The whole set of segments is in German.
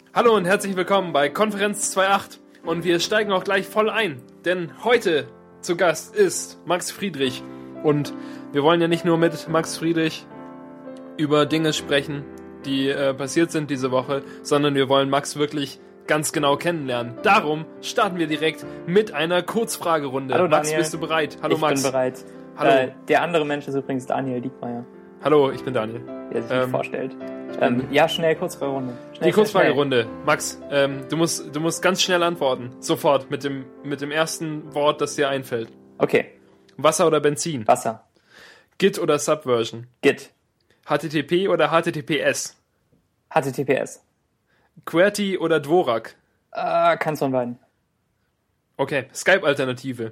Hallo und herzlich willkommen bei Konferenz 2.8 und wir steigen auch gleich voll ein, denn heute zu Gast ist Max Friedrich und wir wollen ja nicht nur mit Max Friedrich über Dinge sprechen, die passiert sind diese Woche, sondern wir wollen Max wirklich ganz genau kennenlernen. Darum starten wir direkt mit einer Kurzfragerunde. Hallo Max, Daniel. bist du bereit? Hallo Ich Max. bin bereit. Hallo. Der andere Mensch ist übrigens Daniel Diekmeyer, Hallo, ich bin Daniel. der sich nicht vorstellt. Schnell, Kurzfragerunde. Die Kurzfragerunde. Max, du musst ganz schnell antworten. Sofort, mit dem ersten Wort, das dir einfällt. Okay, Wasser oder Benzin? Wasser. Git oder Subversion? Git. HTTP oder HTTPS? HTTPS. QWERTY oder Dvorak? Keins von beiden. Okay, Skype-Alternative.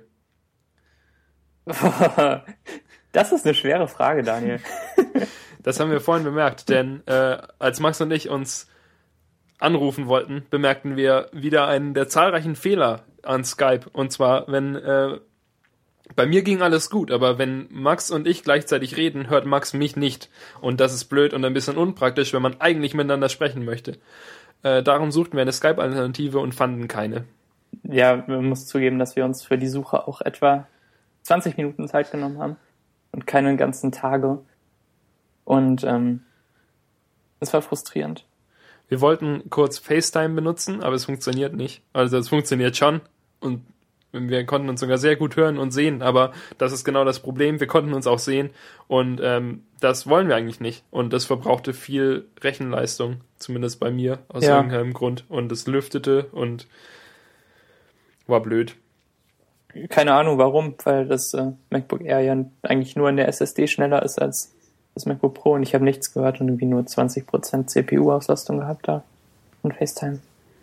Das ist eine schwere Frage, Daniel. Das haben wir vorhin bemerkt, denn als Max und ich uns anrufen wollten, bemerkten wir wieder einen der zahlreichen Fehler an Skype. Und zwar, wenn bei mir ging alles gut, aber wenn Max und ich gleichzeitig reden, hört Max mich nicht. Und das ist blöd und ein bisschen unpraktisch, wenn man eigentlich miteinander sprechen möchte. Darum suchten wir eine Skype-Alternative und fanden keine. Ja, man muss zugeben, dass wir uns für die Suche auch etwa 20 Minuten Zeit genommen haben und keine ganzen Tage. Und es war frustrierend. Wir wollten kurz FaceTime benutzen, aber es funktioniert nicht. Also es funktioniert schon und wir konnten uns sogar sehr gut hören und sehen, aber das ist genau das Problem. Wir konnten uns auch sehen und das wollen wir eigentlich nicht. Und das verbrauchte viel Rechenleistung, zumindest bei mir, aus irgendeinem Grund. Und es lüftete und war blöd. Keine Ahnung warum, weil das MacBook Air ja eigentlich nur in der SSD schneller ist als das MacBook Pro und ich habe nichts gehört und irgendwie nur 20% CPU-Auslastung gehabt da und FaceTime.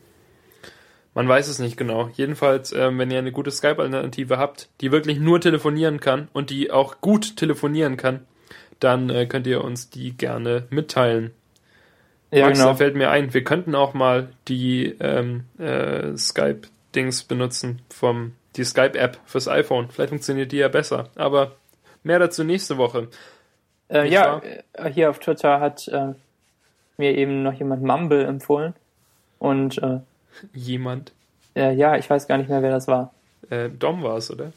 Man weiß es nicht genau. Jedenfalls, wenn ihr eine gute Skype-Alternative habt, die wirklich nur telefonieren kann und die auch gut telefonieren kann, dann könnt ihr uns die gerne mitteilen. Ja, Max, genau. da fällt mir ein, wir könnten auch mal die Skype-Dings benutzen, die Skype-App fürs iPhone. Vielleicht funktioniert die ja besser, aber mehr dazu nächste Woche. Hier auf Twitter hat mir eben noch jemand Mumble empfohlen und Jemand? ich weiß gar nicht mehr, wer das war. Dom war es, oder?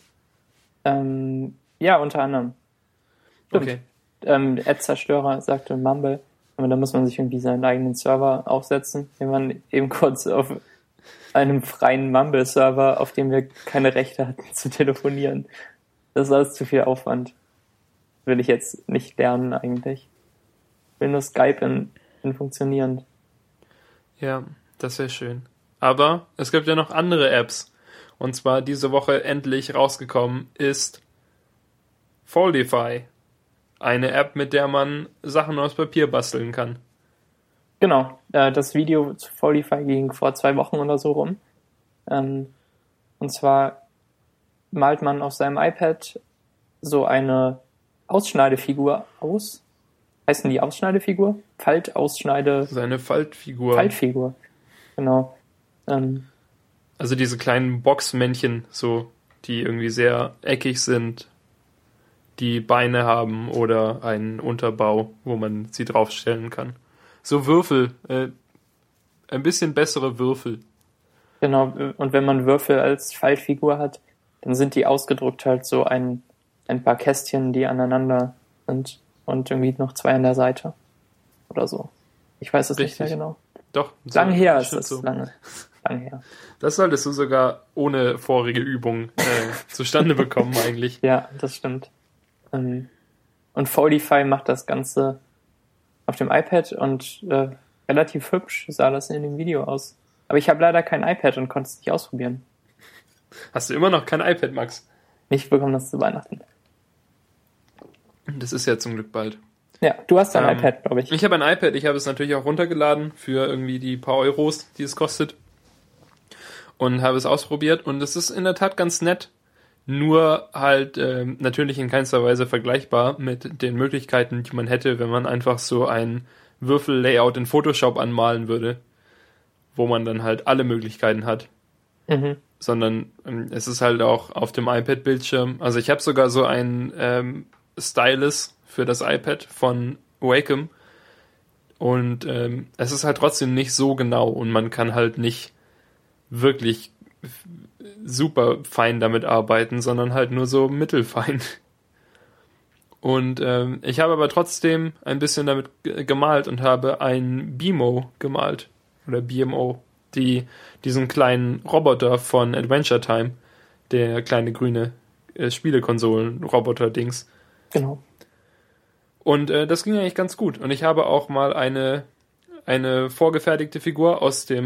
Ja, unter anderem. Stimmt. Okay. Ad-Zerstörer sagte Mumble, aber da muss man sich irgendwie seinen eigenen Server aufsetzen, wenn man eben kurz auf einem freien Mumble-Server, auf dem wir keine Rechte hatten, zu telefonieren. Das ist alles zu viel Aufwand. Will ich jetzt nicht lernen eigentlich. Ich will nur Skype in funktionierend. Ja, das wäre schön. Aber es gibt ja noch andere Apps. Und zwar diese Woche endlich rausgekommen ist Foldify. Eine App, mit der man Sachen aus Papier basteln kann. Genau, das Video zu Foldify ging vor 2 Wochen oder so rum. Und zwar malt man auf seinem iPad so eine Ausschneidefigur aus. Heißen die Ausschneidefigur? Seine Faltfigur. Faltfigur, genau. Also diese kleinen Boxmännchen, so, die irgendwie sehr eckig sind, die Beine haben oder einen Unterbau, wo man sie draufstellen kann. So Würfel, ein bisschen bessere Würfel. Genau, und wenn man Würfel als Faltfigur hat, dann sind die ausgedruckt halt so ein paar Kästchen, die aneinander sind und irgendwie noch 2 an der Seite oder so. Ich weiß es nicht mehr genau. Doch. Lang her ist das, so. lange her. Das solltest du sogar ohne vorige Übung zustande bekommen eigentlich. Ja, das stimmt. Und Foldify macht das Ganze auf dem iPad und relativ hübsch sah das in dem Video aus. Aber ich habe leider kein iPad und konnte es nicht ausprobieren. Hast du immer noch kein iPad, Max? Ich bekomme das zu Weihnachten. Das ist ja zum Glück bald. Ja, du hast ein iPad, glaube ich. Ich habe ein iPad. Ich habe es natürlich auch runtergeladen für irgendwie die paar Euros, die es kostet. Und habe es ausprobiert. Und es ist in der Tat ganz nett. Nur halt natürlich in keinster Weise vergleichbar mit den Möglichkeiten, die man hätte, wenn man einfach so ein Würfel-Layout in Photoshop anmalen würde. Wo man dann halt alle Möglichkeiten hat. Mhm. Sondern es ist halt auch auf dem iPad-Bildschirm. Also ich habe sogar so einen Stylus für das iPad von Wacom. Und es ist halt trotzdem nicht so genau und man kann halt nicht wirklich super fein damit arbeiten, sondern halt nur so mittelfein. Und ich habe aber trotzdem ein bisschen damit gemalt und habe ein BMO gemalt. Oder BMO. Diesen kleinen Roboter von Adventure Time. Der kleine grüne Spielekonsolen-Roboter-Dings. Genau. Und das ging eigentlich ganz gut. Und ich habe auch mal eine vorgefertigte Figur aus der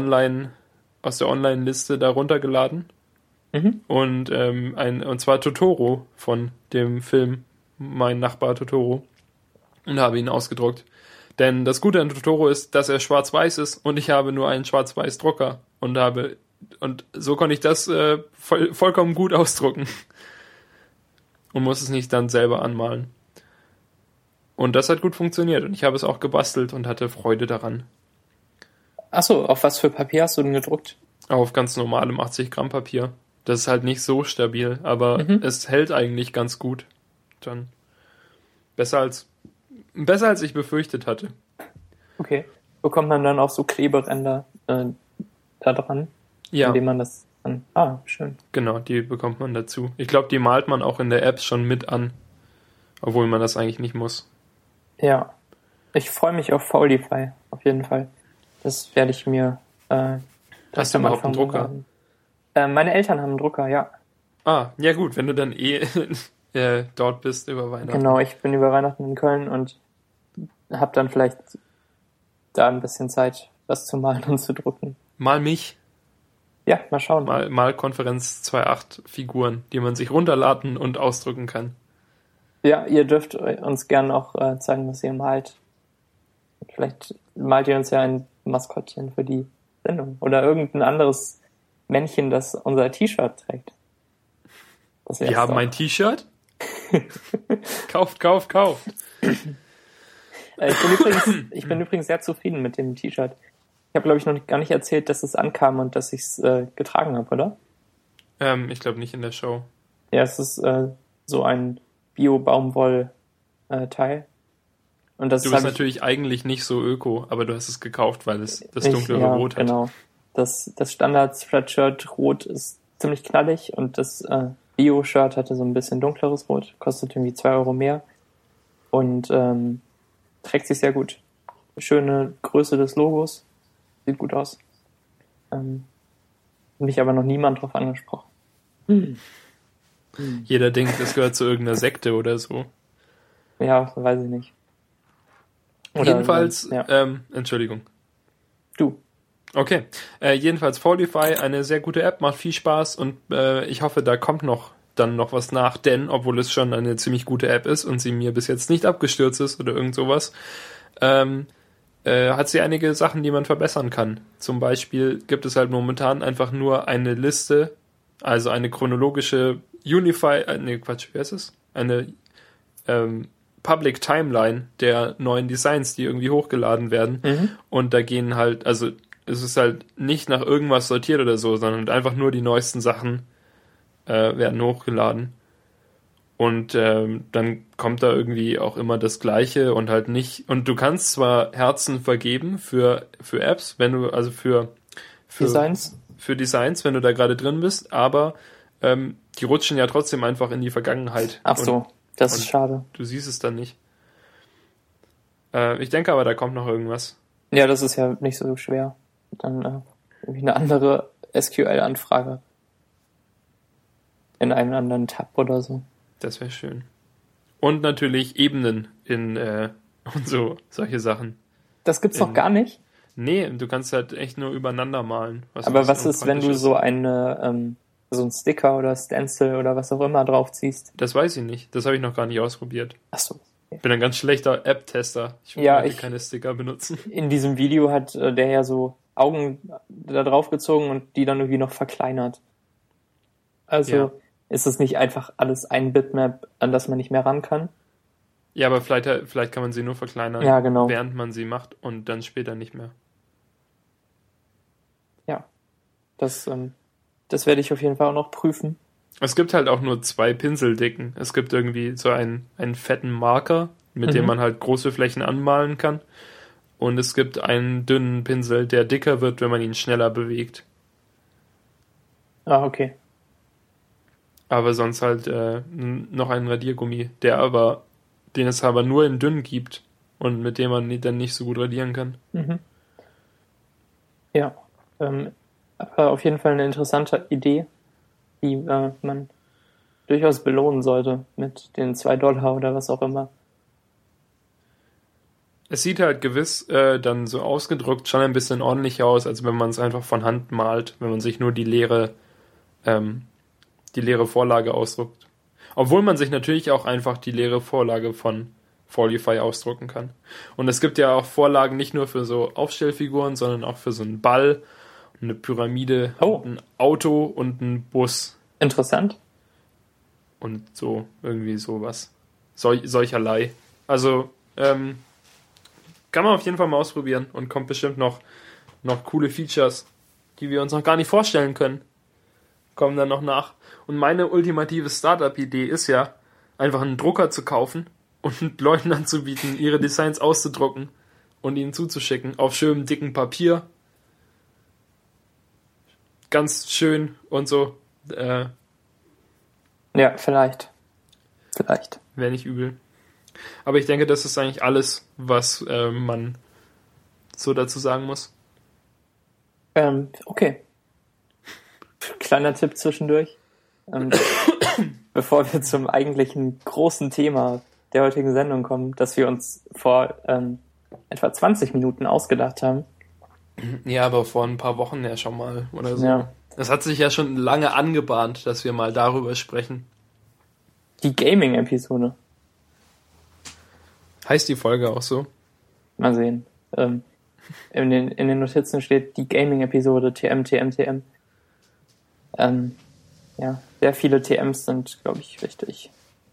Online-Liste da runtergeladen. Mhm. Und zwar Totoro von dem Film Mein Nachbar Totoro. Und habe ihn ausgedruckt. Denn das Gute an Totoro ist, dass er schwarz-weiß ist und ich habe nur einen schwarz-weiß-Drucker. Und so konnte ich das vollkommen gut ausdrucken. Und muss es nicht dann selber anmalen. Und das hat gut funktioniert. Und ich habe es auch gebastelt und hatte Freude daran. Achso, auf was für Papier hast du denn gedruckt? Auf ganz normalem 80 Gramm Papier. Das ist halt nicht so stabil, aber es hält eigentlich ganz gut. Dann besser als ich befürchtet hatte. Okay. Bekommt man dann auch so Kleberänder da dran? Ja. Indem man das dann... Ah, schön. Genau, die bekommt man dazu. Ich glaube, die malt man auch in der App schon mit an. Obwohl man das eigentlich nicht muss. Ja. Ich freue mich auf Foldify, auf jeden Fall. Das werde ich mir... Hast du überhaupt einen Drucker? Meine Eltern haben einen Drucker, ja. Ah, ja gut, wenn du dann dort bist über Weihnachten. Genau, ich bin über Weihnachten in Köln und habe dann vielleicht da ein bisschen Zeit, was zu malen und zu drucken. Mal mich. Ja, mal schauen. Mal Konferenz 2.8 Figuren, die man sich runterladen und ausdrücken kann. Ja, ihr dürft uns gerne auch zeigen, was ihr malt. Vielleicht malt ihr uns ja ein Maskottchen für die Sendung. Oder irgendein anderes Männchen, das unser T-Shirt trägt. Wir haben ein T-Shirt? Kauft. Ich bin übrigens sehr zufrieden mit dem T-Shirt. Ich habe, glaube ich, noch gar nicht erzählt, dass es ankam und dass ich es getragen habe, oder? Ich glaube nicht in der Show. Ja, es ist so ein Bio-Baumwoll-Teil. Und das du bist natürlich eigentlich nicht so öko, aber du hast es gekauft, weil es das dunklere Rot hat. Genau. Das Standard-Spreadshirt Rot ist ziemlich knallig und das Bio-Shirt hatte so ein bisschen dunkleres Rot. Kostet irgendwie 2 Euro mehr. Und trägt sich sehr gut. Schöne Größe des Logos. Sieht gut aus. Mich aber noch niemand drauf angesprochen. Jeder denkt, es gehört zu irgendeiner Sekte oder so. Ja, weiß ich nicht. Oder jedenfalls, ja. Entschuldigung. Du. Okay. Jedenfalls Foldify, eine sehr gute App, macht viel Spaß und ich hoffe, da kommt dann noch was nach, denn obwohl es schon eine ziemlich gute App ist und sie mir bis jetzt nicht abgestürzt ist oder irgend sowas, hat sie einige Sachen, die man verbessern kann. Zum Beispiel gibt es halt momentan einfach nur eine Liste, also eine chronologische eine Public Timeline der neuen Designs, die irgendwie hochgeladen werden. Und da gehen halt, also es ist halt nicht nach irgendwas sortiert oder so, sondern einfach nur die neuesten Sachen werden hochgeladen. Und dann kommt da irgendwie auch immer das Gleiche und halt nicht. Und du kannst zwar Herzen vergeben für Apps, wenn du, also für Designs, wenn du da gerade drin bist, aber die rutschen ja trotzdem einfach in die Vergangenheit. Ach so, das ist schade. Du siehst es dann nicht. Ich denke aber, da kommt noch irgendwas. Ja, das ist ja nicht so schwer. Dann irgendwie eine andere SQL-Anfrage in einem anderen Tab oder so. Das wäre schön. Und natürlich Ebenen und solche Sachen. Das gibt's noch gar nicht? Nee, du kannst halt echt nur übereinander malen. Aber was ist, wenn du so einen Sticker oder Stencil oder was auch immer draufziehst? Das weiß ich nicht. Das habe ich noch gar nicht ausprobiert. Ach so. Ich bin ein ganz schlechter App-Tester. Ich will keine Sticker benutzen. In diesem Video hat der ja so Augen da drauf gezogen und die dann irgendwie noch verkleinert. Also ist es nicht einfach alles ein Bitmap, an das man nicht mehr ran kann? Ja, aber vielleicht kann man sie nur verkleinern, während man sie macht und dann später nicht mehr. Ja, das werde ich auf jeden Fall auch noch prüfen. Es gibt halt auch nur 2 Pinseldicken. Es gibt irgendwie so einen fetten Marker, mit dem man halt große Flächen anmalen kann. und es gibt einen dünnen Pinsel, der dicker wird, wenn man ihn schneller bewegt. Ah, okay. Aber sonst halt noch einen Radiergummi, den es aber nur in dünn gibt und mit dem man dann nicht so gut radieren kann. Mhm. Ja, aber auf jeden Fall eine interessante Idee, die man durchaus belohnen sollte mit den $2 oder was auch immer. Es sieht halt gewiss dann so ausgedruckt schon ein bisschen ordentlicher aus, als wenn man es einfach von Hand malt, wenn man sich nur die leere Vorlage ausdruckt. Obwohl man sich natürlich auch einfach die leere Vorlage von Foliify ausdrucken kann. Und es gibt ja auch Vorlagen nicht nur für so Aufstellfiguren, sondern auch für so einen Ball, eine Pyramide, ein Auto und einen Bus. Interessant. Und so, irgendwie sowas. Solcherlei. Also, kann man auf jeden Fall mal ausprobieren und kommt bestimmt noch coole Features, die wir uns noch gar nicht vorstellen können. Kommen dann noch nach. Und meine ultimative Startup-Idee ist ja, einfach einen Drucker zu kaufen und Leuten anzubieten, ihre Designs auszudrucken und ihnen zuzuschicken auf schönem dicken Papier. Ganz schön und so. Ja, vielleicht. Wäre nicht übel. Aber ich denke, das ist eigentlich alles, was man so dazu sagen muss. Okay. Kleiner Tipp zwischendurch. Bevor wir zum eigentlichen großen Thema der heutigen Sendung kommen, das wir uns vor etwa 20 Minuten ausgedacht haben. Ja, aber vor ein paar Wochen ja schon mal oder so. Ja. Das hat sich ja schon lange angebahnt, dass wir mal darüber sprechen. Die Gaming-Episode. Heißt die Folge auch so? Mal sehen. In den Notizen steht die Gaming-Episode TM. Ja, sehr viele TMs sind, glaube ich, richtig.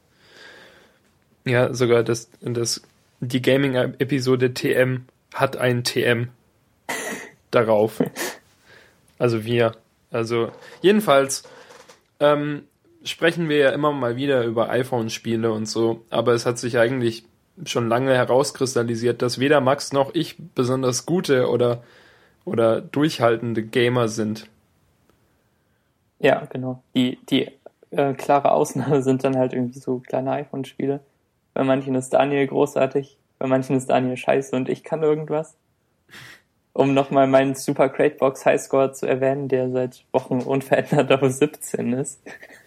Ja, sogar die Gaming-Episode TM hat ein TM darauf. Also wir. Also jedenfalls sprechen wir ja immer mal wieder über iPhone-Spiele und so, aber es hat sich eigentlich schon lange herauskristallisiert, dass weder Max noch ich besonders gute oder durchhaltende Gamer sind. Ja, genau. Die klare Ausnahme sind dann halt irgendwie so kleine iPhone-Spiele. Bei manchen ist Daniel großartig, bei manchen ist Daniel scheiße und ich kann irgendwas. Um nochmal meinen Super Crate Box Highscore zu erwähnen, der seit Wochen unverändert auf 17 ist.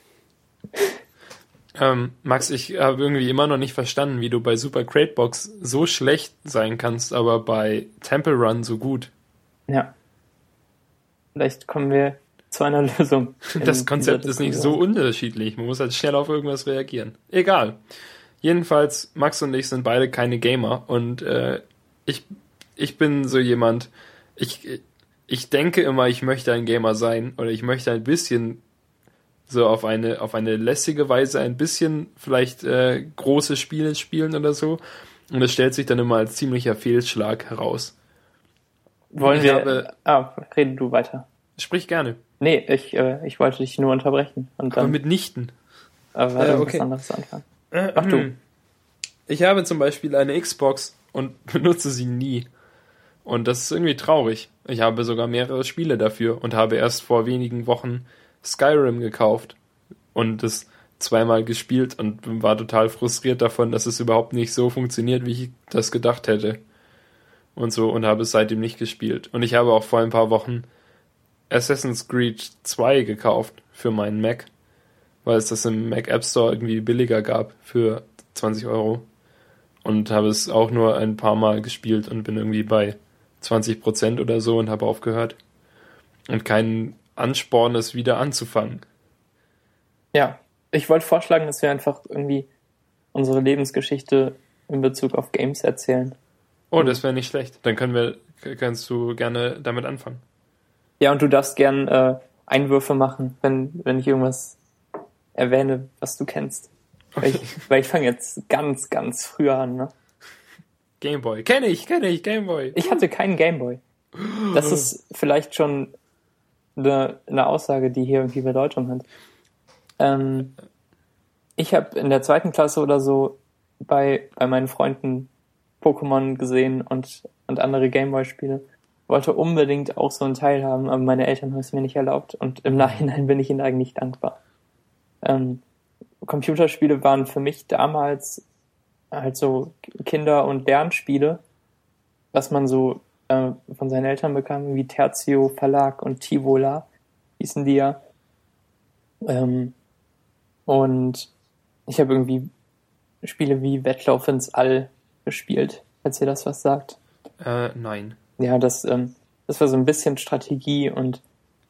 Max, ich habe irgendwie immer noch nicht verstanden, wie du bei Super Crate Box so schlecht sein kannst, aber bei Temple Run so gut. Ja. Vielleicht kommen wir zu einer Lösung. Das Konzept ist nicht so unterschiedlich. Man muss halt schnell auf irgendwas reagieren. Egal. Jedenfalls, Max und ich sind beide keine Gamer und ich bin so jemand, ich denke immer, ich möchte ein Gamer sein oder ich möchte ein bisschen so auf eine lässige Weise ein bisschen vielleicht große Spiele spielen oder so. Und das stellt sich dann immer als ziemlicher Fehlschlag heraus. Rede du weiter. Sprich gerne. Nee, ich wollte dich nur unterbrechen. Und dann, aber mitnichten. Aber okay. Was anderes anfangen. Ach du. Ich habe zum Beispiel eine Xbox und benutze sie nie. Und das ist irgendwie traurig. Ich habe sogar mehrere Spiele dafür und habe erst vor wenigen Wochen Skyrim gekauft und es zweimal gespielt und war total frustriert davon, dass es überhaupt nicht so funktioniert, wie ich das gedacht hätte. Und so, und habe es seitdem nicht gespielt. Und ich habe auch vor ein paar Wochen Assassin's Creed 2 gekauft für meinen Mac, weil es das im Mac App Store irgendwie billiger gab für 20 Euro. Und habe es auch nur ein paar Mal gespielt und bin irgendwie bei 20% oder so und habe aufgehört. Und keinen Ansporn, es wieder anzufangen. Ja, ich wollte vorschlagen, dass wir einfach irgendwie unsere Lebensgeschichte in Bezug auf Games erzählen. Oh, das wäre nicht schlecht. Dann kannst du gerne damit anfangen. Ja, und du darfst gern Einwürfe machen, wenn ich irgendwas erwähne, was du kennst. Okay. Weil ich fange jetzt ganz, ganz früher an, ne? Gameboy. Kenn ich, Gameboy. Ich hatte keinen Gameboy. Das ist vielleicht schon eine Aussage, die hier irgendwie Bedeutung hat. Ich habe in der 2. Klasse oder so bei meinen Freunden Pokémon gesehen und andere Gameboy-Spiele. Wollte unbedingt auch so einen Teil haben, aber meine Eltern haben es mir nicht erlaubt und im Nachhinein bin ich ihnen eigentlich dankbar. Computerspiele waren für mich damals halt so Kinder- und Lernspiele, was man so von seinen Eltern bekam, wie Terzio Verlag und Tivola hießen die ja. Und ich habe irgendwie Spiele wie Wettlauf ins All gespielt, falls ihr das was sagt. Nein. Ja, das war so ein bisschen Strategie und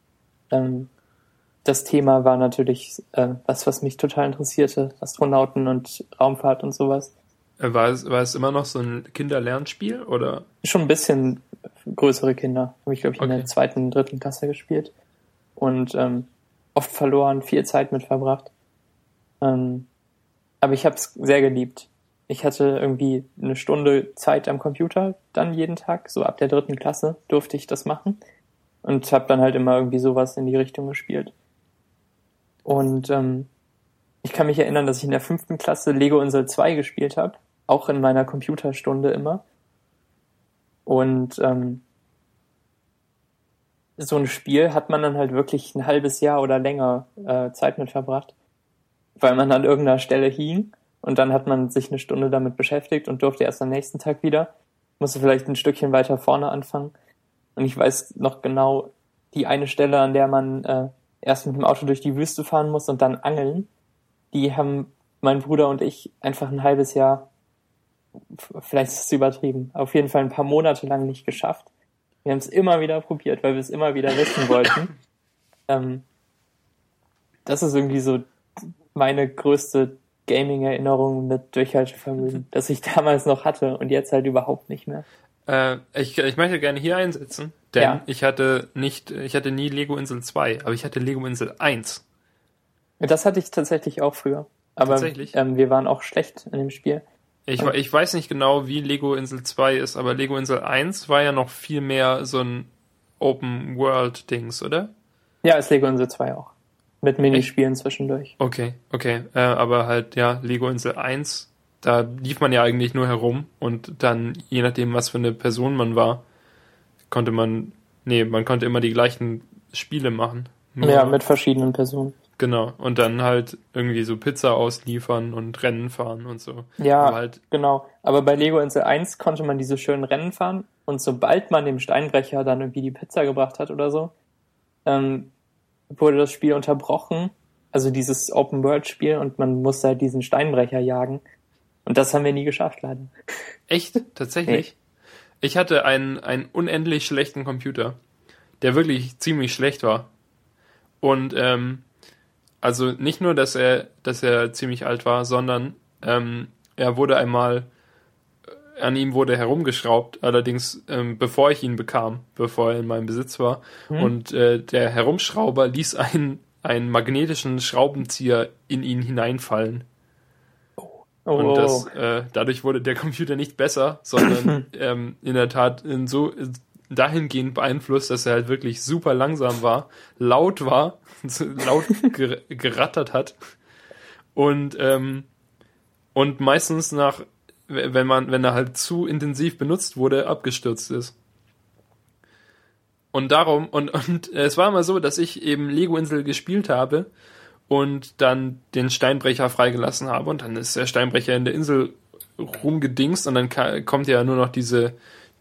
das Thema war natürlich was mich total interessierte, Astronauten und Raumfahrt und sowas. War es immer noch so ein Kinderlernspiel, oder? Schon ein bisschen größere Kinder. Habe ich, glaube ich, in der 2., 3. Klasse gespielt. Und oft verloren, viel Zeit mit verbracht. Aber ich habe es sehr geliebt. Ich hatte irgendwie eine Stunde Zeit am Computer dann jeden Tag. So ab der 3. Klasse durfte ich das machen. Und habe dann halt immer irgendwie sowas in die Richtung gespielt. Und ich kann mich erinnern, dass ich in der 5. Klasse Lego Insel 2 gespielt habe. Auch in meiner Computerstunde immer. Und so ein Spiel hat man dann halt wirklich ein halbes Jahr oder länger Zeit mit verbracht. Weil man an irgendeiner Stelle hing und dann hat man sich eine Stunde damit beschäftigt und durfte erst am nächsten Tag wieder. Musste vielleicht ein Stückchen weiter vorne anfangen. Und ich weiß noch genau die eine Stelle, an der man erst mit dem Auto durch die Wüste fahren muss und dann angeln. Die haben mein Bruder und ich einfach ein halbes Jahr, vielleicht ist es übertrieben, auf jeden Fall ein paar Monate lang nicht geschafft. Wir haben es immer wieder probiert, weil wir es immer wieder wissen wollten. Das ist irgendwie so meine größte Gaming-Erinnerung mit Durchhaltevermögen, das ich damals noch hatte und jetzt halt überhaupt nicht mehr. Ich möchte gerne hier einsetzen, denn ich hatte nie Lego Insel 2, aber ich hatte Lego Insel 1. Das hatte ich tatsächlich auch früher. Aber tatsächlich? Wir waren auch schlecht in dem Spiel. Ich weiß nicht genau, wie Lego Insel 2 ist, aber Lego Insel 1 war ja noch viel mehr so ein Open-World-Dings, oder? Ja, ist Lego Insel 2 auch. Mit Minispielen zwischendurch. Okay. Aber halt, ja, Lego Insel 1, da lief man ja eigentlich nur herum und dann, je nachdem, was für eine Person man war, konnte man immer die gleichen Spiele machen. Ja, mit verschiedenen Personen. Genau, und dann halt irgendwie so Pizza ausliefern und Rennen fahren und so. Ja, genau. Aber bei Lego Insel 1 konnte man diese schönen Rennen fahren und sobald man dem Steinbrecher dann irgendwie die Pizza gebracht hat oder so, wurde das Spiel unterbrochen, also dieses Open-World-Spiel, und man musste halt diesen Steinbrecher jagen. Und das haben wir nie geschafft, leider. Echt? Tatsächlich? Nee. Ich hatte einen unendlich schlechten Computer, der wirklich ziemlich schlecht war. Und also nicht nur, dass er ziemlich alt war, sondern er wurde einmal, an ihm wurde herumgeschraubt, allerdings bevor ich ihn bekam, bevor er in meinem Besitz war. Und der Herumschrauber ließ einen magnetischen Schraubenzieher in ihn hineinfallen. Und dadurch wurde der Computer nicht besser, sondern in der Tat dahingehend beeinflusst, dass er halt wirklich super langsam war, laut gerattert hat und meistens wenn er halt zu intensiv benutzt wurde, abgestürzt ist. Und darum, und es war immer so, dass ich eben Lego Insel gespielt habe und dann den Steinbrecher freigelassen habe und dann ist der Steinbrecher in der Insel rumgedingst und dann kommt ja nur noch diese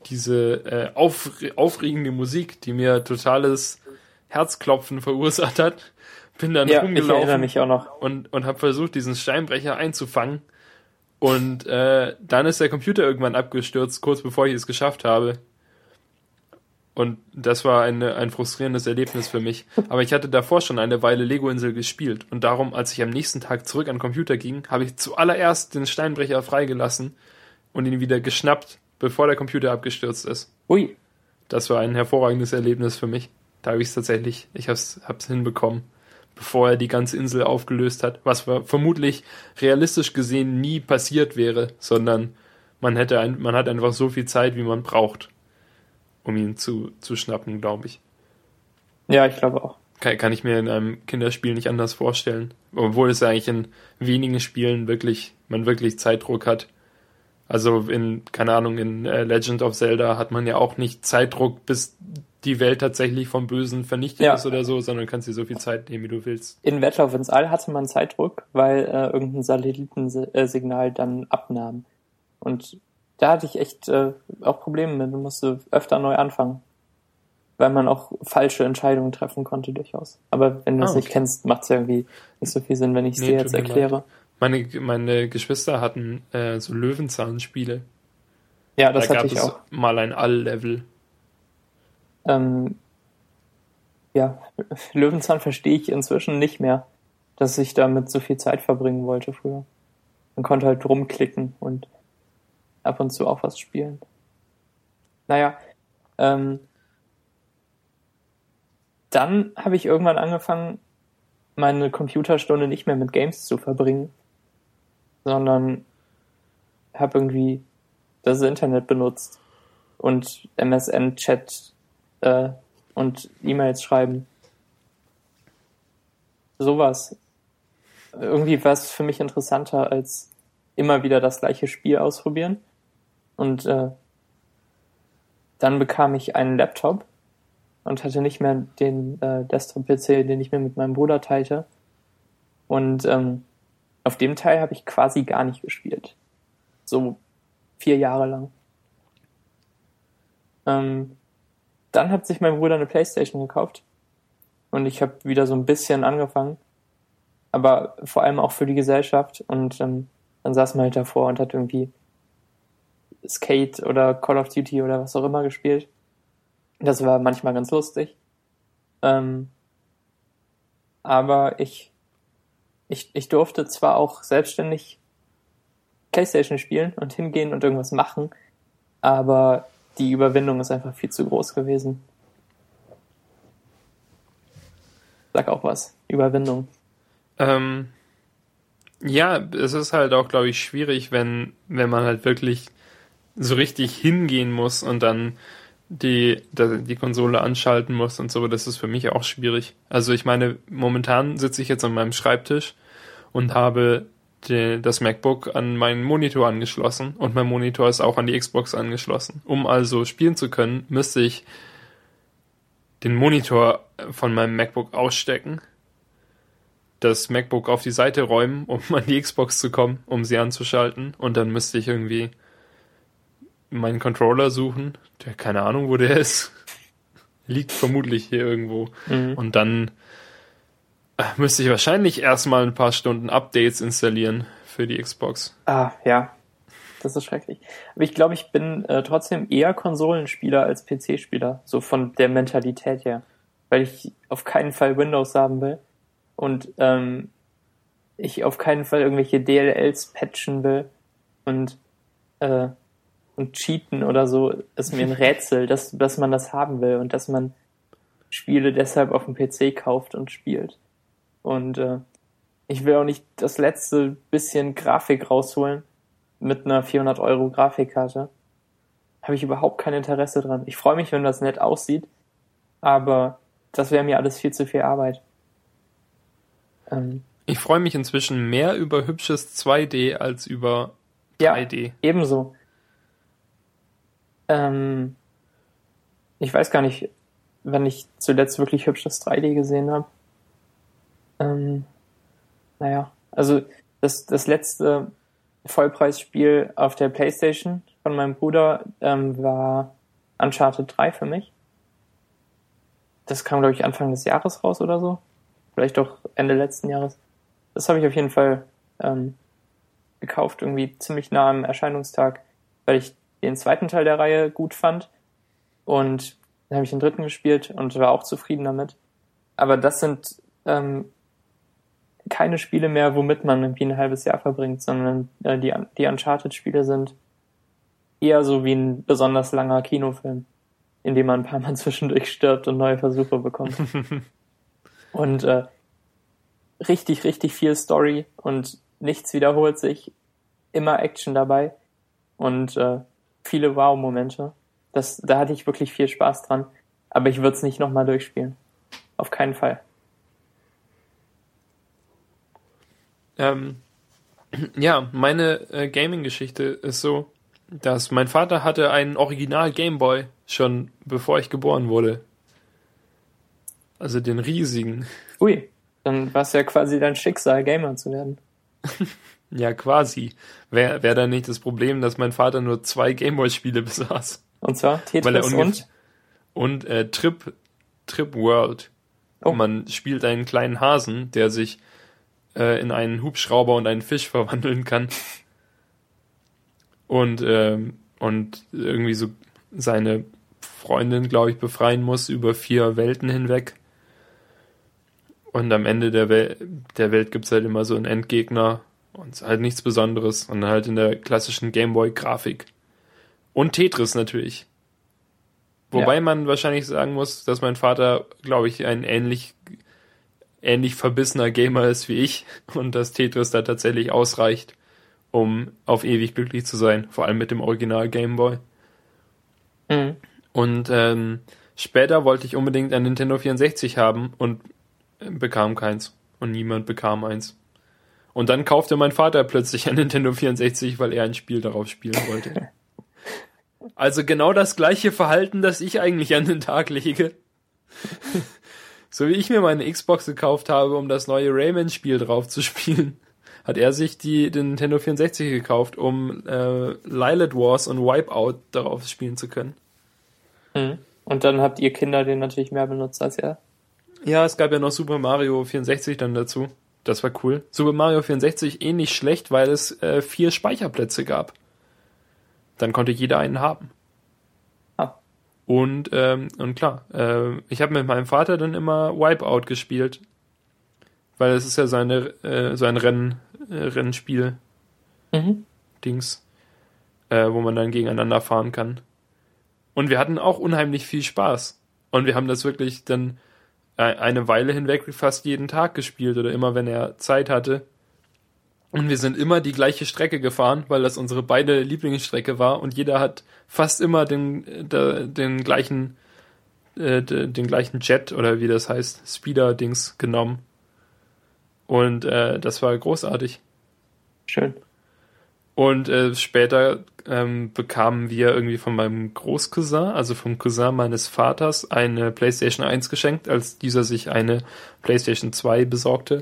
aufregende Musik, die mir totales Herzklopfen verursacht hat. Bin dann rumgelaufen, ich erinnere mich auch noch. und habe versucht, diesen Steinbrecher einzufangen. Und dann ist der Computer irgendwann abgestürzt, kurz bevor ich es geschafft habe. Und das war ein frustrierendes Erlebnis für mich. Aber ich hatte davor schon eine Weile Lego Insel gespielt. Und darum, als ich am nächsten Tag zurück an den Computer ging, habe ich zuallererst den Steinbrecher freigelassen und ihn wieder geschnappt, bevor der Computer abgestürzt ist. Ui. Das war ein hervorragendes Erlebnis für mich. Da habe ich es tatsächlich, ich hab's hinbekommen, bevor er die ganze Insel aufgelöst hat, was vermutlich realistisch gesehen nie passiert wäre, sondern man hat einfach so viel Zeit, wie man braucht, um ihn zu schnappen, glaube ich. Ja, ich glaube auch. Kann ich mir in einem Kinderspiel nicht anders vorstellen. Obwohl es ja eigentlich in wenigen Spielen man wirklich Zeitdruck hat. Also keine Ahnung, in Legend of Zelda hat man ja auch nicht Zeitdruck, bis die Welt tatsächlich vom Bösen vernichtet ist oder so, sondern kannst dir so viel Zeit nehmen, wie du willst. In Wettlauf ins All hatte man Zeitdruck, weil irgendein Satellitensignal dann abnahm. Und da hatte ich echt auch Probleme mit und musste öfter neu anfangen. Weil man auch falsche Entscheidungen treffen konnte durchaus. Aber wenn du es nicht kennst, macht es ja irgendwie nicht so viel Sinn, wenn ich es dir jetzt erkläre. Meine Geschwister hatten so Löwenzahnspiele. Ja, das hatte ich auch. Da gab es mal ein All-Level. Ja, Löwenzahn verstehe ich inzwischen nicht mehr, dass ich damit so viel Zeit verbringen wollte früher. Man konnte halt rumklicken und ab und zu auch was spielen. Naja, dann habe ich irgendwann angefangen, meine Computerstunde nicht mehr mit Games zu verbringen, sondern habe irgendwie das Internet benutzt und MSN-Chat und E-Mails schreiben. Sowas. Irgendwie war es für mich interessanter, als immer wieder das gleiche Spiel ausprobieren. Und dann bekam ich einen Laptop und hatte nicht mehr den Desktop-PC, den ich mir mit meinem Bruder teilte. Und auf dem Teil habe ich quasi gar nicht gespielt. So 4 Jahre lang. Dann hat sich mein Bruder eine PlayStation gekauft und ich habe wieder so ein bisschen angefangen, aber vor allem auch für die Gesellschaft und dann saß man halt davor und hat irgendwie Skate oder Call of Duty oder was auch immer gespielt. Das war manchmal ganz lustig. Aber ich durfte zwar auch selbstständig PlayStation spielen und hingehen und irgendwas machen, aber die Überwindung ist einfach viel zu groß gewesen. Sag auch was. Überwindung. Ja, es ist halt auch, glaube ich, schwierig, wenn man halt wirklich so richtig hingehen muss und dann die Konsole anschalten muss und so. Das ist für mich auch schwierig. Also ich meine, momentan sitze ich jetzt an meinem Schreibtisch und habe das MacBook an meinen Monitor angeschlossen und mein Monitor ist auch an die Xbox angeschlossen. Um also spielen zu können, müsste ich den Monitor von meinem MacBook ausstecken, das MacBook auf die Seite räumen, um an die Xbox zu kommen, um sie anzuschalten, und dann müsste ich irgendwie meinen Controller suchen, der keine Ahnung, wo der ist. Liegt vermutlich hier irgendwo. Und dann müsste ich wahrscheinlich erstmal ein paar Stunden Updates installieren für die Xbox. Ja. Das ist schrecklich. Aber ich glaube, ich bin trotzdem eher Konsolenspieler als PC-Spieler. So von der Mentalität her. Weil ich auf keinen Fall Windows haben will. Und ich auf keinen Fall irgendwelche DLLs patchen will. Und cheaten oder so ist mir ein Rätsel, dass man das haben will und dass man Spiele deshalb auf dem PC kauft und spielt. Und ich will auch nicht das letzte bisschen Grafik rausholen mit einer 400 € Grafikkarte. Habe ich überhaupt kein Interesse dran. Ich freue mich, wenn das nett aussieht, aber das wäre mir alles viel zu viel Arbeit. Ich freue mich inzwischen mehr über hübsches 2D als über 3D. Ja, ebenso. Ich weiß gar nicht, wann ich zuletzt wirklich hübsches 3D gesehen habe. Naja, also das letzte Vollpreisspiel auf der PlayStation von meinem Bruder war Uncharted 3 für mich. Das kam, glaube ich, Anfang des Jahres raus oder so. Vielleicht auch Ende letzten Jahres. Das habe ich auf jeden Fall gekauft, irgendwie ziemlich nah am Erscheinungstag, weil ich den zweiten Teil der Reihe gut fand. Und dann habe ich den dritten gespielt und war auch zufrieden damit. Aber das sind keine Spiele mehr, womit man irgendwie ein halbes Jahr verbringt, sondern die Uncharted-Spiele sind eher so wie ein besonders langer Kinofilm, in dem man ein paar Mal zwischendurch stirbt und neue Versuche bekommt. Und richtig, richtig viel Story und nichts wiederholt sich. Immer Action dabei und viele Wow-Momente. Da hatte ich wirklich viel Spaß dran. Aber ich würde es nicht nochmal durchspielen. Auf keinen Fall. Ja, meine Gaming-Geschichte ist so, dass mein Vater hatte einen Original Gameboy schon bevor ich geboren wurde. Also den riesigen. Ui, dann war es ja quasi dein Schicksal, Gamer zu werden. Ja, quasi. Wär da nicht das Problem, dass mein Vater nur 2 Gameboy-Spiele besaß. Und zwar Tetris und Trip World. Oh. Man spielt einen kleinen Hasen, der sich in einen Hubschrauber und einen Fisch verwandeln kann. Und irgendwie so seine Freundin, glaube ich, befreien muss über 4 Welten hinweg. Und am Ende der Welt gibt's halt immer so einen Endgegner und ist halt nichts Besonderes. Und halt in der klassischen Gameboy-Grafik. Und Tetris natürlich. Wobei man wahrscheinlich sagen muss, dass mein Vater, glaube ich, ein ähnlich verbissener Gamer ist wie ich und dass Tetris da tatsächlich ausreicht, um auf ewig glücklich zu sein. Vor allem mit dem Original Gameboy. Mhm. Und später wollte ich unbedingt ein Nintendo 64 haben und bekam keins. Und niemand bekam eins. Und dann kaufte mein Vater plötzlich ein Nintendo 64, weil er ein Spiel darauf spielen wollte. Also genau das gleiche Verhalten, das ich eigentlich an den Tag lege. So wie ich mir meine Xbox gekauft habe, um das neue Rayman-Spiel drauf zu spielen, hat er sich den Nintendo 64 gekauft, um Lilith Wars und Wipeout darauf spielen zu können. Mhm. Und dann habt ihr Kinder den natürlich mehr benutzt als er. Ja, es gab ja noch Super Mario 64 dann dazu. Das war cool. Super Mario 64 nicht schlecht, weil es 4 Speicherplätze gab. Dann konnte jeder einen haben. Ah. Und klar, ich habe mit meinem Vater dann immer Wipeout gespielt. Weil es ist ja so ein Rennspiel. Mhm. Dings. Wo man dann gegeneinander fahren kann. Und wir hatten auch unheimlich viel Spaß. Und wir haben das wirklich dann eine Weile hinweg fast jeden Tag gespielt oder immer, wenn er Zeit hatte. Und wir sind immer die gleiche Strecke gefahren, weil das unsere beide Lieblingsstrecke war und jeder hat fast immer den gleichen Jet oder wie das heißt, Speeder-Dings genommen. Und das war großartig. Schön. Und später bekamen wir irgendwie von meinem Großcousin, also vom Cousin meines Vaters, eine PlayStation 1 geschenkt, als dieser sich eine PlayStation 2 besorgte.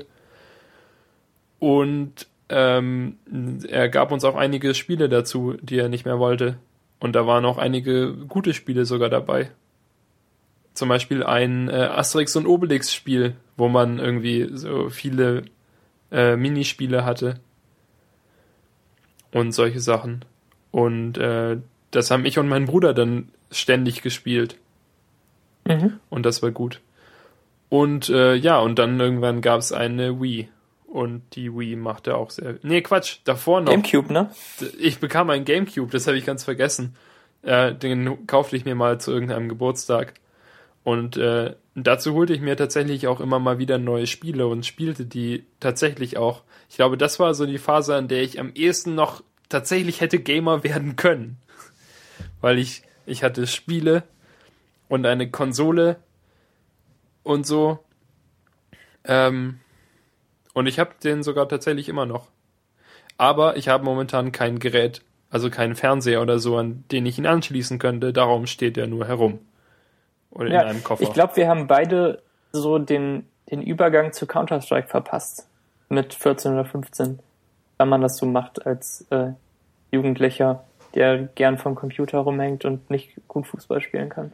Und er gab uns auch einige Spiele dazu, die er nicht mehr wollte. Und da waren auch einige gute Spiele sogar dabei. Zum Beispiel ein Asterix und Obelix Spiel, wo man irgendwie so viele Minispiele hatte. Und solche Sachen. Und das haben ich und mein Bruder dann ständig gespielt. Mhm. Und das war gut. Und und dann irgendwann gab es eine Wii. Und die Wii machte auch sehr... Nee, Quatsch, davor noch. Gamecube, ne? Ich bekam einen Gamecube, das habe ich ganz vergessen. Den kaufte ich mir mal zu irgendeinem Geburtstag. Und dazu holte ich mir tatsächlich auch immer mal wieder neue Spiele und spielte die tatsächlich auch. Ich glaube, das war so die Phase, an der ich am ehesten noch tatsächlich hätte Gamer werden können. Weil ich hatte Spiele und eine Konsole und so. Und ich habe den sogar tatsächlich immer noch. Aber ich habe momentan kein Gerät, also keinen Fernseher oder so, an den ich ihn anschließen könnte. Darum steht er nur herum. Oder in einem Koffer. Ich glaube, wir haben beide so den Übergang zu Counter-Strike verpasst. Mit 14 oder 15. Wenn man das so macht als Jugendlicher, der gern vom Computer rumhängt und nicht gut Fußball spielen kann.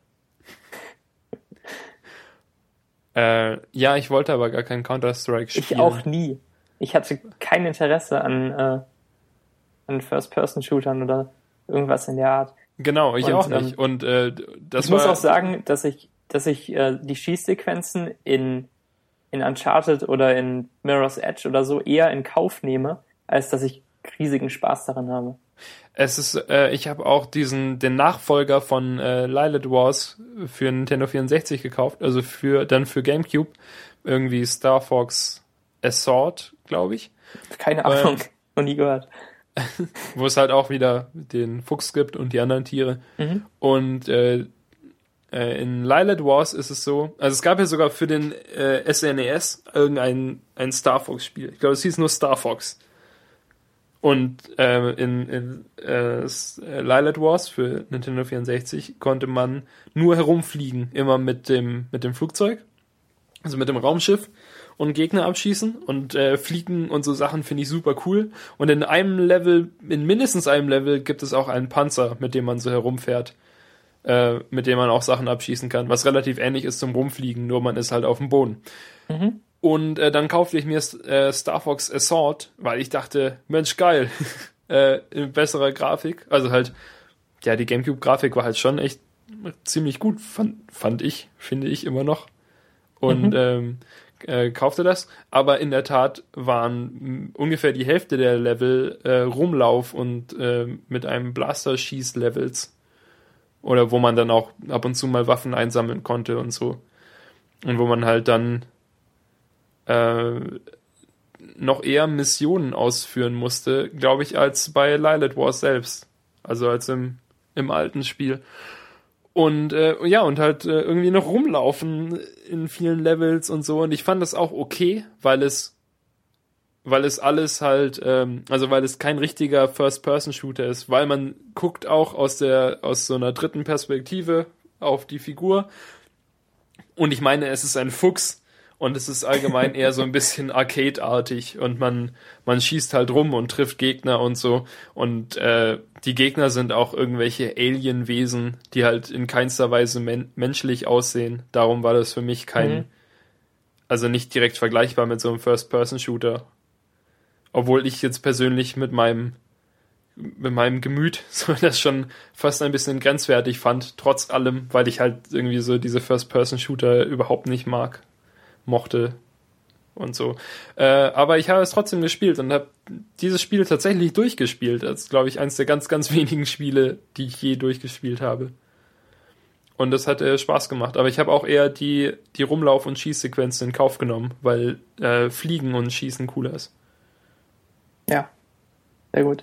Ja, ich wollte aber gar keinen Counter-Strike spielen. Ich auch nie. Ich hatte kein Interesse an First-Person-Shootern oder irgendwas in der Art. Genau, ich auch nicht. Und ich muss auch sagen, dass ich die Schießsequenzen in Uncharted oder in Mirror's Edge oder so eher in Kauf nehme, als dass ich riesigen Spaß daran habe. Es ist, ich habe auch den Nachfolger von Lilith Wars für Nintendo 64 gekauft, also für Gamecube, irgendwie Star Fox Assault, glaube ich. Keine Ahnung, noch nie gehört. Wo es halt auch wieder den Fuchs gibt und die anderen Tiere. Mhm. Und in Lilith Wars ist es so, also es gab ja sogar für den SNES ein Star Fox Spiel. Ich glaube, es hieß nur Star Fox. Und in Lylat Wars für Nintendo 64 konnte man nur herumfliegen, immer mit dem Flugzeug, also mit dem Raumschiff und Gegner abschießen und fliegen und so Sachen finde ich super cool. Und in mindestens einem Level gibt es auch einen Panzer, mit dem man so herumfährt, mit dem man auch Sachen abschießen kann, was relativ ähnlich ist zum Rumfliegen, nur man ist halt auf dem Boden. Mhm. Und dann kaufte ich mir Star Fox Assault, weil ich dachte, Mensch, geil, in besserer Grafik. Also halt, ja, die GameCube-Grafik war halt schon echt ziemlich gut, finde ich immer noch. Und kaufte das. Aber in der Tat waren ungefähr die Hälfte der Level Rumlauf und mit einem Blaster-Schieß-Levels. Oder wo man dann auch ab und zu mal Waffen einsammeln konnte und so. Und wo man halt dann noch eher Missionen ausführen musste, glaube ich, als bei Lylat Wars selbst. Also als im alten Spiel. Und und halt irgendwie noch rumlaufen in vielen Levels und so. Und ich fand das auch okay, weil es alles halt, weil es kein richtiger First-Person-Shooter ist, weil man guckt auch aus so einer dritten Perspektive auf die Figur. Und ich meine, es ist ein Fuchs. Und es ist allgemein eher so ein bisschen Arcade-artig und man schießt halt rum und trifft Gegner und so. Und die Gegner sind auch irgendwelche Alien-Wesen, die halt in keinster Weise menschlich aussehen. Darum war das für mich also nicht direkt vergleichbar mit so einem First-Person-Shooter. Obwohl ich jetzt persönlich mit meinem Gemüt so das schon fast ein bisschen grenzwertig fand, trotz allem, weil ich halt irgendwie so diese First-Person-Shooter überhaupt nicht mochte und so. Aber ich habe es trotzdem gespielt und habe dieses Spiel tatsächlich durchgespielt. Das ist, glaube ich, eines der ganz, ganz wenigen Spiele, die ich je durchgespielt habe. Und das hat Spaß gemacht. Aber ich habe auch eher die Rumlauf- und Schießsequenzen in Kauf genommen, weil Fliegen und Schießen cooler ist. Ja, sehr gut.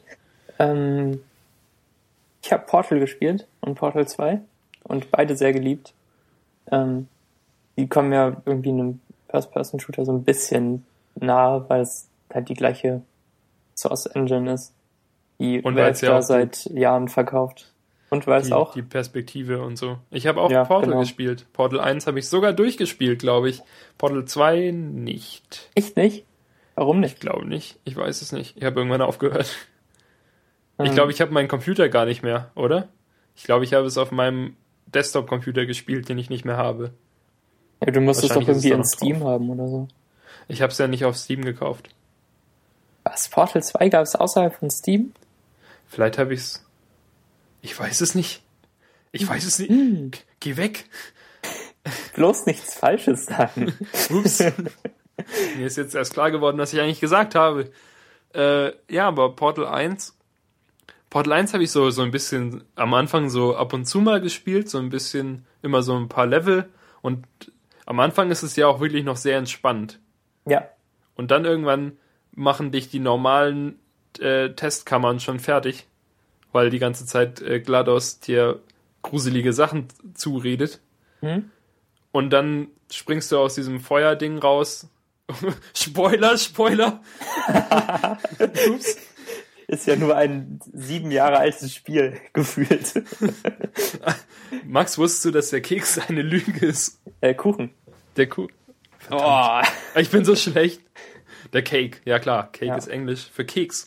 Ich habe Portal gespielt und Portal 2 und beide sehr geliebt. Die kommen ja irgendwie einem First-Person-Shooter so ein bisschen nahe, weil es halt die gleiche Source-Engine ist, die Und Valve da seit Jahren verkauft. Und weil es auch... Die Perspektive und so. Ich habe auch Ja, Portal genau. gespielt. Portal 1 habe ich sogar durchgespielt, glaube ich. Portal 2 nicht. Echt nicht? Warum nicht? Ich glaube nicht. Ich weiß es nicht. Ich habe irgendwann aufgehört. Ich glaube, ich habe meinen Computer gar nicht mehr, oder? Ich glaube, ich habe es auf meinem Desktop-Computer gespielt, den ich nicht mehr habe. Ja, du musst es doch Wahrscheinlich ist irgendwie es da in noch Steam drauf. haben oder so. Ich habe es ja nicht auf Steam gekauft. Was? Portal 2 gab es außerhalb von Steam? Vielleicht habe ich es... Ich weiß es nicht. Ich weiß es nicht. Geh weg. Bloß nichts Falsches sagen. Ups. Mir ist jetzt erst klar geworden, was ich eigentlich gesagt habe. Ja, aber Portal 1 habe ich so ein bisschen am Anfang so ab und zu mal gespielt, so ein bisschen immer so ein paar Level und am Anfang ist es ja auch wirklich noch sehr entspannt. Ja. Und dann irgendwann machen dich die normalen Testkammern schon fertig, weil die ganze Zeit GLaDOS dir gruselige Sachen zuredet. Und dann springst du aus diesem Feuerding raus. Spoiler! Ups. Ist ja nur ein 7 Jahre altes Spiel, gefühlt. Max, wusstest du, dass der Keks eine Lüge ist? Kuchen. Der Kuchen. Oh. Ich bin so schlecht. Der Cake, ja klar. Cake ist Englisch für Keks.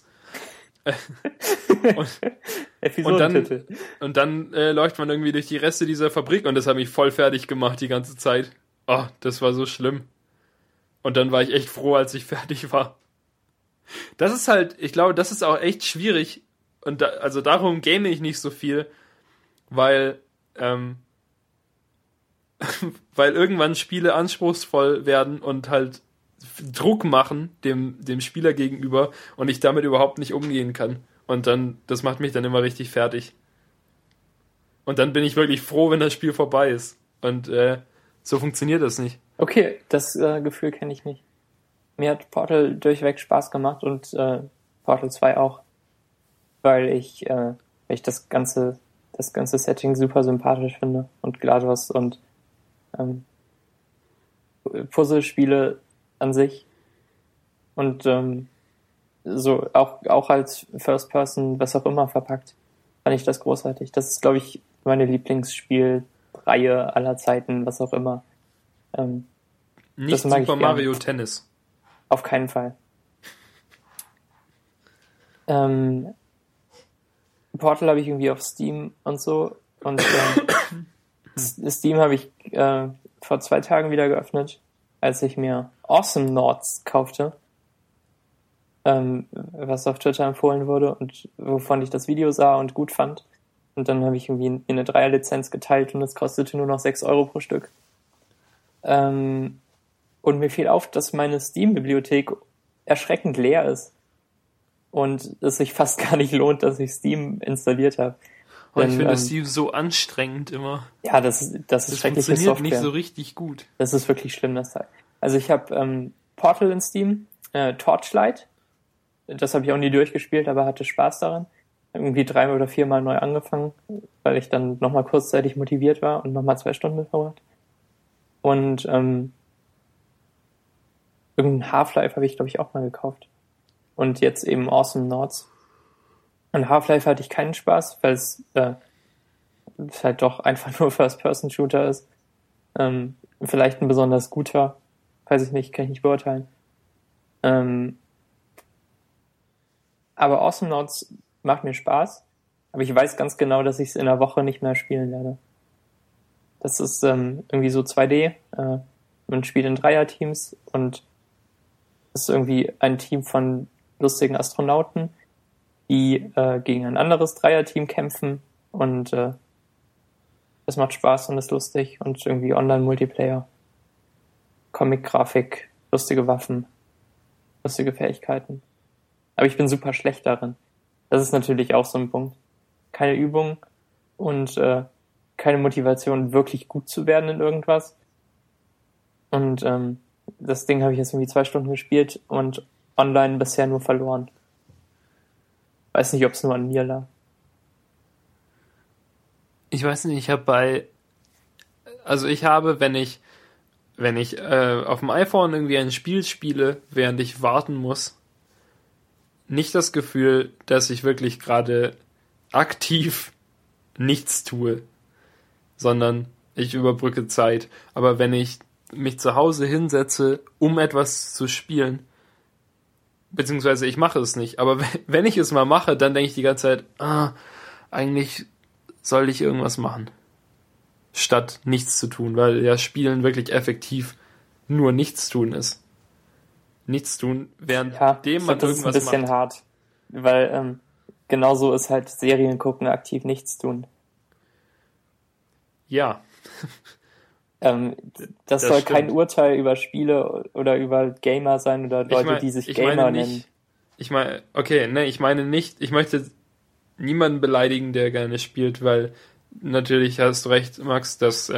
Und dann läuft man irgendwie durch die Reste dieser Fabrik und das hat mich voll fertig gemacht die ganze Zeit. Oh, das war so schlimm. Und dann war ich echt froh, als ich fertig war. Das ist halt, ich glaube, das ist auch echt schwierig. Und also darum game ich nicht so viel, weil irgendwann Spiele anspruchsvoll werden und halt Druck machen dem Spieler gegenüber und ich damit überhaupt nicht umgehen kann. Und dann, das macht mich dann immer richtig fertig. Und dann bin ich wirklich froh, wenn das Spiel vorbei ist. Und so funktioniert das nicht. Okay, das Gefühl kenne ich nicht. Mir hat Portal durchweg Spaß gemacht und Portal 2 auch, weil ich das ganze Setting super sympathisch finde und GLaDOS und Puzzlespiele an sich und so auch als First Person, was auch immer verpackt, fand ich das großartig. Das ist, glaube ich, meine Lieblingsspielreihe aller Zeiten, was auch immer. Nicht Super Mario Tennis. Auf keinen Fall. Portal habe ich irgendwie auf Steam und so. Und Steam habe ich vor 2 Tagen wieder geöffnet, als ich mir Awesome Nords kaufte, was auf Twitter empfohlen wurde und wovon ich das Video sah und gut fand. Und dann habe ich irgendwie eine 3er-Lizenz geteilt und es kostete nur noch 6 Euro pro Stück. Und mir fiel auf, dass meine Steam-Bibliothek erschreckend leer ist. Und es sich fast gar nicht lohnt, dass ich Steam installiert habe. Ich finde Steam so anstrengend immer. Ja, das ist schreckliche funktioniert Software. Nicht so richtig gut. Das ist wirklich schlimm, das Teil. Also ich habe Portal in Steam, Torchlight. Das habe ich auch nie durchgespielt, aber hatte Spaß daran. Irgendwie 3 oder 4 Mal neu angefangen, weil ich dann nochmal kurzzeitig motiviert war und nochmal 2 Stunden verbracht. Und irgendein Half-Life habe ich, glaube ich, auch mal gekauft. Und jetzt eben Awesome Nords. An Half-Life hatte ich keinen Spaß, weil es halt doch einfach nur First-Person-Shooter ist. Vielleicht ein besonders guter, weiß ich nicht, kann ich nicht beurteilen. Aber Awesome Nords macht mir Spaß, aber ich weiß ganz genau, dass ich es in einer Woche nicht mehr spielen werde. Das ist irgendwie so 2D. Man spielt in Dreierteams und es ist irgendwie ein Team von lustigen Astronauten, die gegen ein anderes Dreierteam kämpfen und es macht Spaß und ist lustig und irgendwie Online-Multiplayer, Comic-Grafik, lustige Waffen, lustige Fähigkeiten. Aber ich bin super schlecht darin. Das ist natürlich auch so ein Punkt. Keine Übung und keine Motivation, wirklich gut zu werden in irgendwas. Und das Ding habe ich jetzt irgendwie 2 Stunden gespielt und online bisher nur verloren. Weiß nicht, ob es nur an mir lag. Ich weiß nicht, ich habe wenn ich auf dem iPhone irgendwie ein Spiel spiele, während ich warten muss, nicht das Gefühl, dass ich wirklich gerade aktiv nichts tue, sondern ich überbrücke Zeit. Aber wenn ich mich zu Hause hinsetze, um etwas zu spielen, beziehungsweise ich mache es nicht, aber wenn ich es mal mache, dann denke ich die ganze Zeit, eigentlich sollte ich irgendwas machen, statt nichts zu tun, weil ja Spielen wirklich effektiv nur nichts tun ist. Nichts tun, während dem man das irgendwas ist ein bisschen macht. Hart, weil genauso ist halt Serien gucken, aktiv nichts tun. Ja. Das soll stimmt. Kein Urteil über Spiele oder über Gamer sein oder Leute, die sich Gamer nennen. Ich meine nicht, ich möchte niemanden beleidigen, der gerne spielt, weil natürlich hast du recht, Max, dass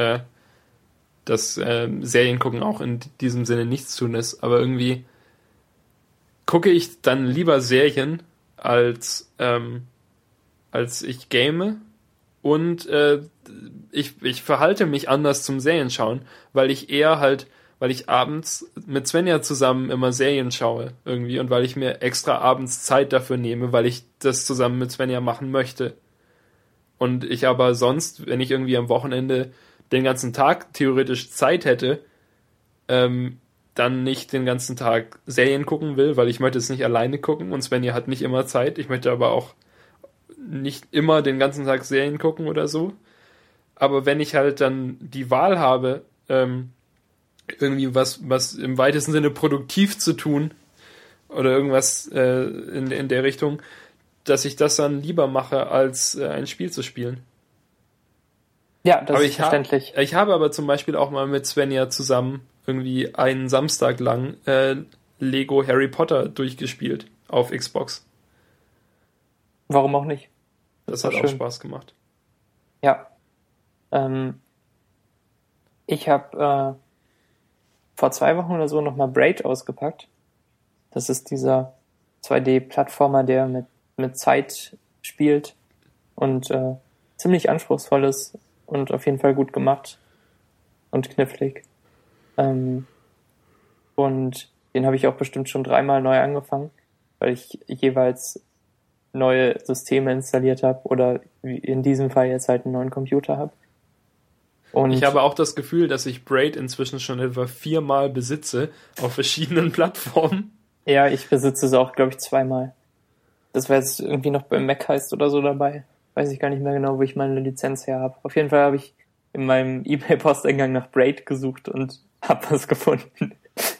Serien gucken auch in diesem Sinne nichts tun ist, aber irgendwie gucke ich dann lieber Serien, als ich game. Und ich verhalte mich anders zum Serienschauen, weil ich abends mit Svenja zusammen immer Serien schaue irgendwie und weil ich mir extra abends Zeit dafür nehme, weil ich das zusammen mit Svenja machen möchte. Und ich aber sonst, wenn ich irgendwie am Wochenende den ganzen Tag theoretisch Zeit hätte, dann nicht den ganzen Tag Serien gucken will, weil ich möchte es nicht alleine gucken und Svenja hat nicht immer Zeit. Ich möchte aber auch nicht immer den ganzen Tag Serien gucken oder so. Aber wenn ich halt dann die Wahl habe, irgendwie was im weitesten Sinne produktiv zu tun oder irgendwas in der Richtung, dass ich das dann lieber mache, als ein Spiel zu spielen. Ja, das ist verständlich. Ich habe aber zum Beispiel auch mal mit Svenja zusammen irgendwie einen Samstag lang Lego Harry Potter durchgespielt auf Xbox. Warum auch nicht? Das hat auch Spaß gemacht. Ja. Ich habe vor 2 Wochen oder so nochmal Braid ausgepackt. Das ist dieser 2D-Plattformer, der mit Zeit spielt und ziemlich anspruchsvoll ist und auf jeden Fall gut gemacht und knifflig. Und den habe ich auch bestimmt schon 3-mal neu angefangen. weil ich jeweils neue Systeme installiert habe oder in diesem Fall jetzt halt einen neuen Computer habe. Und ich habe auch das Gefühl, dass ich Braid inzwischen schon etwa 4-mal besitze auf verschiedenen Plattformen. Ja, ich besitze es auch, glaube ich, 2-mal. Das war jetzt irgendwie noch beim Mac heißt oder so dabei. Weiß ich gar nicht mehr genau, wo ich meine Lizenz her habe. Auf jeden Fall habe ich in meinem eBay-Posteingang nach Braid gesucht und habe was gefunden.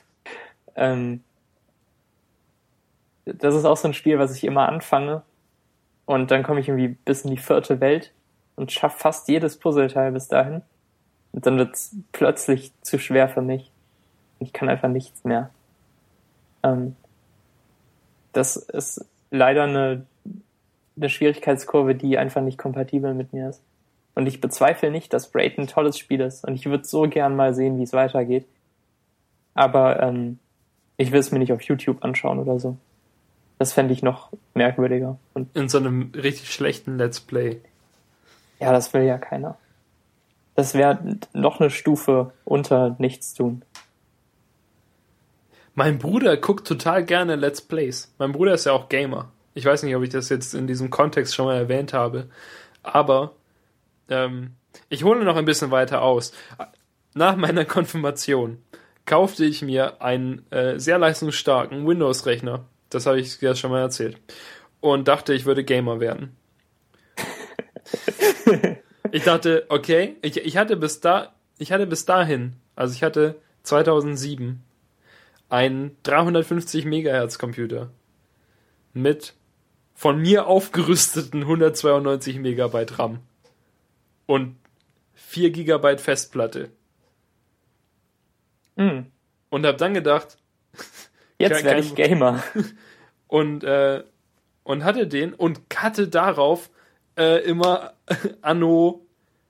Das ist auch so ein Spiel, was ich immer anfange und dann komme ich irgendwie bis in die 4. Welt und schaffe fast jedes Puzzleteil bis dahin. Und dann wird es plötzlich zu schwer für mich. Ich kann einfach nichts mehr. Das ist leider eine Schwierigkeitskurve, die einfach nicht kompatibel mit mir ist. Und ich bezweifle nicht, dass Braid ein tolles Spiel ist. Und ich würde so gern mal sehen, wie es weitergeht. Aber ich will es mir nicht auf YouTube anschauen oder so. Das fände ich noch merkwürdiger. Und in so einem richtig schlechten Let's Play. ja, das will ja keiner. Das wäre noch eine Stufe unter Nichtstun. Mein Bruder guckt total gerne Let's Plays. Mein Bruder ist ja auch Gamer. Ich weiß nicht, ob ich das jetzt in diesem Kontext schon mal erwähnt habe. Aber ich hole noch ein bisschen weiter aus. Nach meiner Konfirmation kaufte ich mir einen sehr leistungsstarken Windows-Rechner. Das habe ich ja schon mal erzählt. Und dachte, ich würde Gamer werden. Ich dachte, okay, ich hatte bis dahin, also ich hatte 2007 einen 350 Megahertz Computer mit von mir aufgerüsteten 192 Megabyte RAM und 4 Gigabyte Festplatte. Und habe dann gedacht, jetzt werde ich Gamer. Und hatte den und hatte darauf immer anno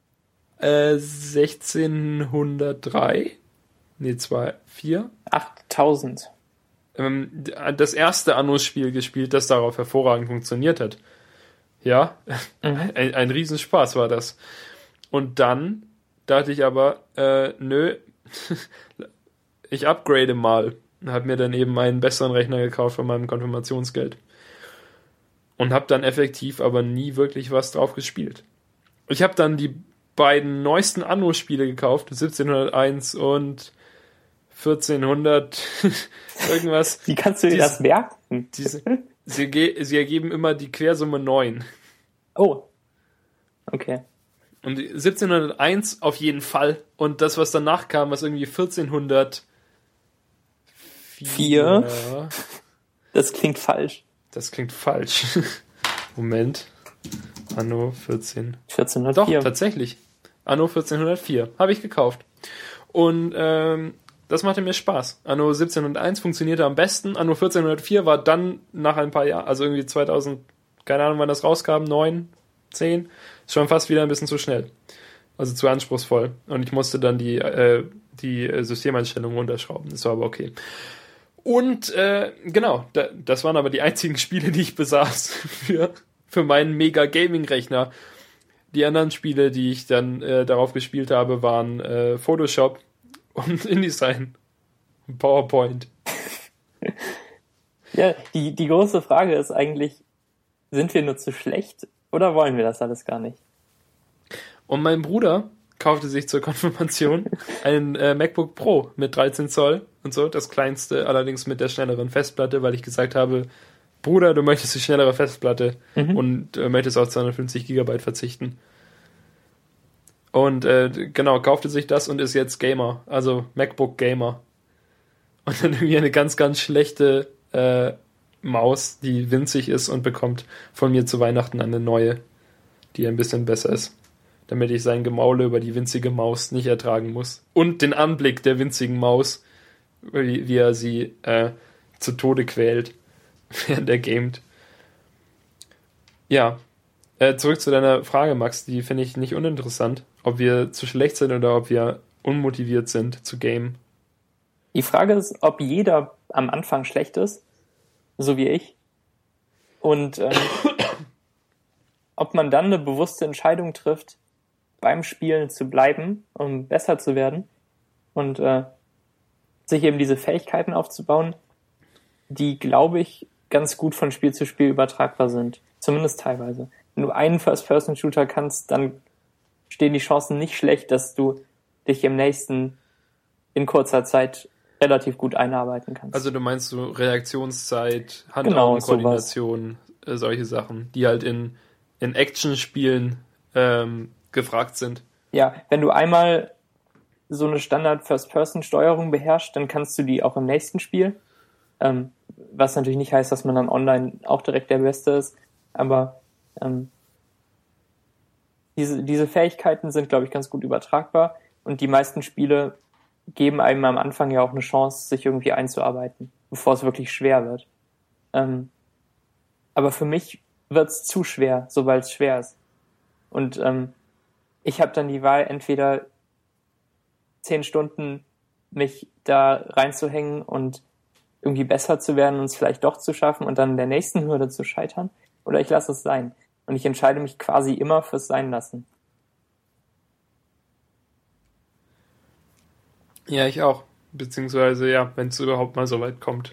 1603, 4 8000. Das erste Anno-Spiel gespielt, das darauf hervorragend funktioniert hat. Ja, ein Riesenspaß war das. Und dann dachte ich aber, nö, ich upgrade mal. Und habe mir dann eben einen besseren Rechner gekauft von meinem Konfirmationsgeld. Und habe dann effektiv aber nie wirklich was drauf gespielt. Ich habe dann die beiden neuesten Anno-Spiele gekauft, 1701 und 1400 irgendwas. Wie kannst du dir das merken? Sie ergeben immer die Quersumme 9. Oh, okay. Und 1701 auf jeden Fall. Und das, was danach kam, was irgendwie 1404. Das klingt falsch. Das klingt falsch. Moment. Anno 1404. Doch, tatsächlich. Anno 1404. Habe ich gekauft. Und das machte mir Spaß. Anno 1701 funktionierte am besten. Anno 1404 war dann nach ein paar Jahren, also irgendwie 2000, keine Ahnung wann das rauskam, 9, 10, ist schon fast wieder ein bisschen zu schnell. Also zu anspruchsvoll. Und ich musste dann die Systemeinstellungen runterschrauben. Das war aber okay. Und genau, das waren aber die einzigen Spiele, die ich besaß für meinen Mega-Gaming-Rechner. Die anderen Spiele, die ich dann darauf gespielt habe, waren Photoshop und InDesign und PowerPoint. Ja, die große Frage ist eigentlich, sind wir nur zu schlecht oder wollen wir das alles gar nicht? Und mein Bruder kaufte sich zur Konfirmation ein MacBook Pro mit 13 Zoll und so, das kleinste, allerdings mit der schnelleren Festplatte, weil ich gesagt habe, Bruder, du möchtest die schnellere Festplatte und möchtest auf 250 Gigabyte verzichten. Und genau, kaufte sich das und ist jetzt Gamer, also MacBook Gamer. Und dann irgendwie eine ganz, ganz schlechte Maus, die winzig ist und bekommt von mir zu Weihnachten eine neue, die ein bisschen besser ist. Damit ich sein Gemaule über die winzige Maus nicht ertragen muss. Und den Anblick der winzigen Maus, wie er sie zu Tode quält, während er gamet. Ja, zurück zu deiner Frage, Max, die finde ich nicht uninteressant. Ob wir zu schlecht sind oder ob wir unmotiviert sind zu gamen. Die Frage ist, ob jeder am Anfang schlecht ist, so wie ich. Und ob man dann eine bewusste Entscheidung trifft, beim Spielen zu bleiben, um besser zu werden und sich eben diese Fähigkeiten aufzubauen, die, glaube ich, ganz gut von Spiel zu Spiel übertragbar sind. Zumindest teilweise. Wenn du einen First-Person-Shooter kannst, dann stehen die Chancen nicht schlecht, dass du dich im nächsten in kurzer Zeit relativ gut einarbeiten kannst. Also du meinst so Reaktionszeit, Hand-Augen-Koordination, solche Sachen, die halt in Action-Spielen gefragt sind. Ja, wenn du einmal so eine Standard-First-Person-Steuerung beherrschst, dann kannst du die auch im nächsten Spiel. Was natürlich nicht heißt, dass man dann online auch direkt der Beste ist. Aber diese Fähigkeiten sind, glaube ich, ganz gut übertragbar. Und die meisten Spiele geben einem am Anfang ja auch eine Chance, sich irgendwie einzuarbeiten, bevor es wirklich schwer wird. Aber für mich wird es zu schwer, sobald es schwer ist. Und ich habe dann die Wahl, entweder 10 Stunden mich da reinzuhängen und irgendwie besser zu werden und es vielleicht doch zu schaffen und dann in der nächsten Hürde zu scheitern, oder ich lasse es sein. Und ich entscheide mich quasi immer fürs Seinlassen. Ja, ich auch. Beziehungsweise, ja, wenn es überhaupt mal so weit kommt.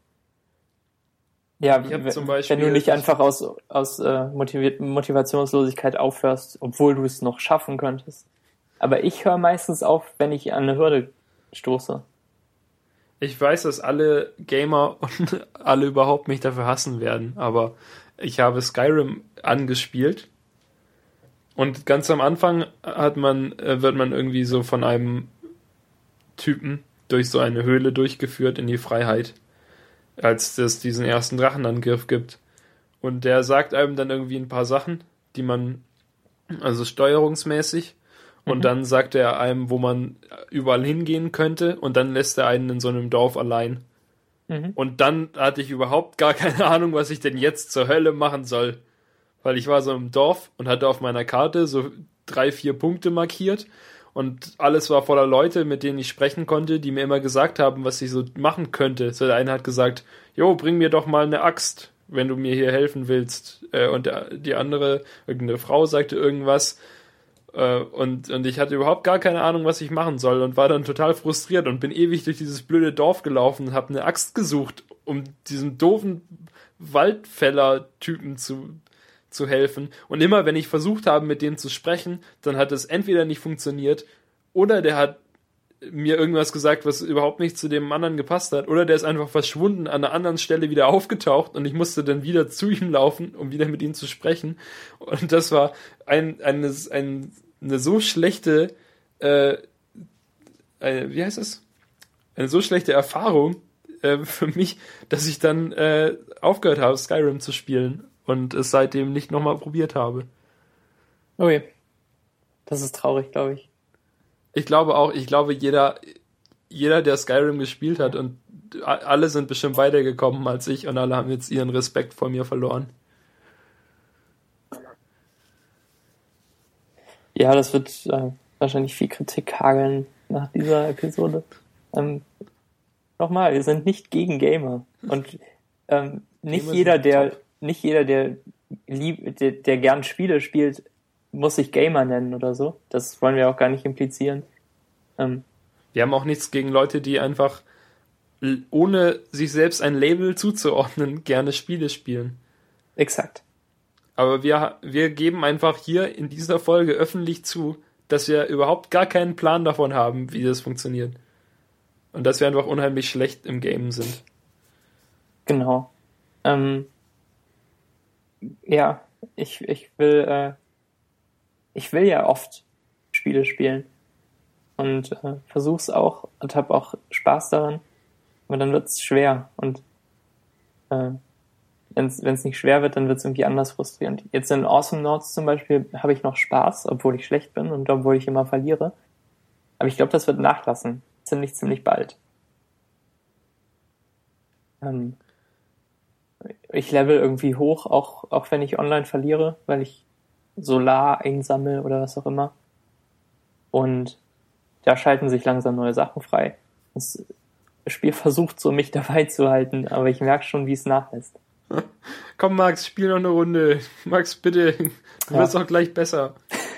Ja, wenn du nicht einfach aus Motivationslosigkeit aufhörst, obwohl du es noch schaffen könntest. Aber ich höre meistens auf, wenn ich an eine Hürde stoße. Ich weiß, dass alle Gamer und alle überhaupt mich dafür hassen werden, aber ich habe Skyrim angespielt und ganz am Anfang wird man irgendwie so von einem Typen durch so eine Höhle durchgeführt in die Freiheit, als es diesen ersten Drachenangriff gibt. Und der sagt einem dann irgendwie ein paar Sachen, die man, also steuerungsmäßig, und dann sagt er einem, wo man überall hingehen könnte, und dann lässt er einen in so einem Dorf allein. Und dann hatte ich überhaupt gar keine Ahnung, was ich denn jetzt zur Hölle machen soll. Weil ich war so im Dorf und hatte auf meiner Karte so 3-4 Punkte markiert und alles war voller Leute, mit denen ich sprechen konnte, die mir immer gesagt haben, was ich so machen könnte. So, der eine hat gesagt, jo, bring mir doch mal eine Axt, wenn du mir hier helfen willst. Und die andere, irgendeine Frau, sagte irgendwas. Und ich hatte überhaupt gar keine Ahnung, was ich machen soll und war dann total frustriert und bin ewig durch dieses blöde Dorf gelaufen und habe eine Axt gesucht, um diesem doofen Waldfäller-Typen zu helfen. Und immer, wenn ich versucht habe, mit dem zu sprechen, dann hat es entweder nicht funktioniert oder der hat mir irgendwas gesagt, was überhaupt nicht zu dem anderen gepasst hat, oder der ist einfach verschwunden, an einer anderen Stelle wieder aufgetaucht und ich musste dann wieder zu ihm laufen, um wieder mit ihm zu sprechen. Und das war eine so schlechte, wie heißt es? Eine so schlechte Erfahrung für mich, dass ich dann aufgehört habe, Skyrim zu spielen und es seitdem nicht nochmal probiert habe. Okay. Das ist traurig, glaube ich. Ich glaube jeder, der Skyrim gespielt hat, und alle sind bestimmt weitergekommen als ich und alle haben jetzt ihren Respekt vor mir verloren. Ja, das wird wahrscheinlich viel Kritik hageln nach dieser Episode. Nochmal, wir sind nicht gegen Gamer. Und nicht jeder, der gern Spiele spielt, muss sich Gamer nennen oder so. Das wollen wir auch gar nicht implizieren. Wir haben auch nichts gegen Leute, die einfach ohne sich selbst ein Label zuzuordnen gerne Spiele spielen. Exakt. Aber wir geben einfach hier in dieser Folge öffentlich zu, dass wir überhaupt gar keinen Plan davon haben, wie das funktioniert. Und dass wir einfach unheimlich schlecht im Game sind. Genau. Ja, ich will ja oft Spiele spielen und versuch's auch und habe auch Spaß daran, aber dann wird's schwer und wenn es nicht schwer wird, dann wird's irgendwie anders frustrierend. Jetzt in Awesome Notes zum Beispiel habe ich noch Spaß, obwohl ich schlecht bin und obwohl ich immer verliere. Aber ich glaube, das wird nachlassen. Ziemlich bald. Ich level irgendwie hoch, auch wenn ich online verliere, weil ich Solar einsammle oder was auch immer. Und da schalten sich langsam neue Sachen frei. Das Spiel versucht so, mich dabei zu halten, aber ich merke schon, wie es nachlässt. Komm, Max, spiel noch eine Runde. Max, bitte, du wirst auch gleich besser.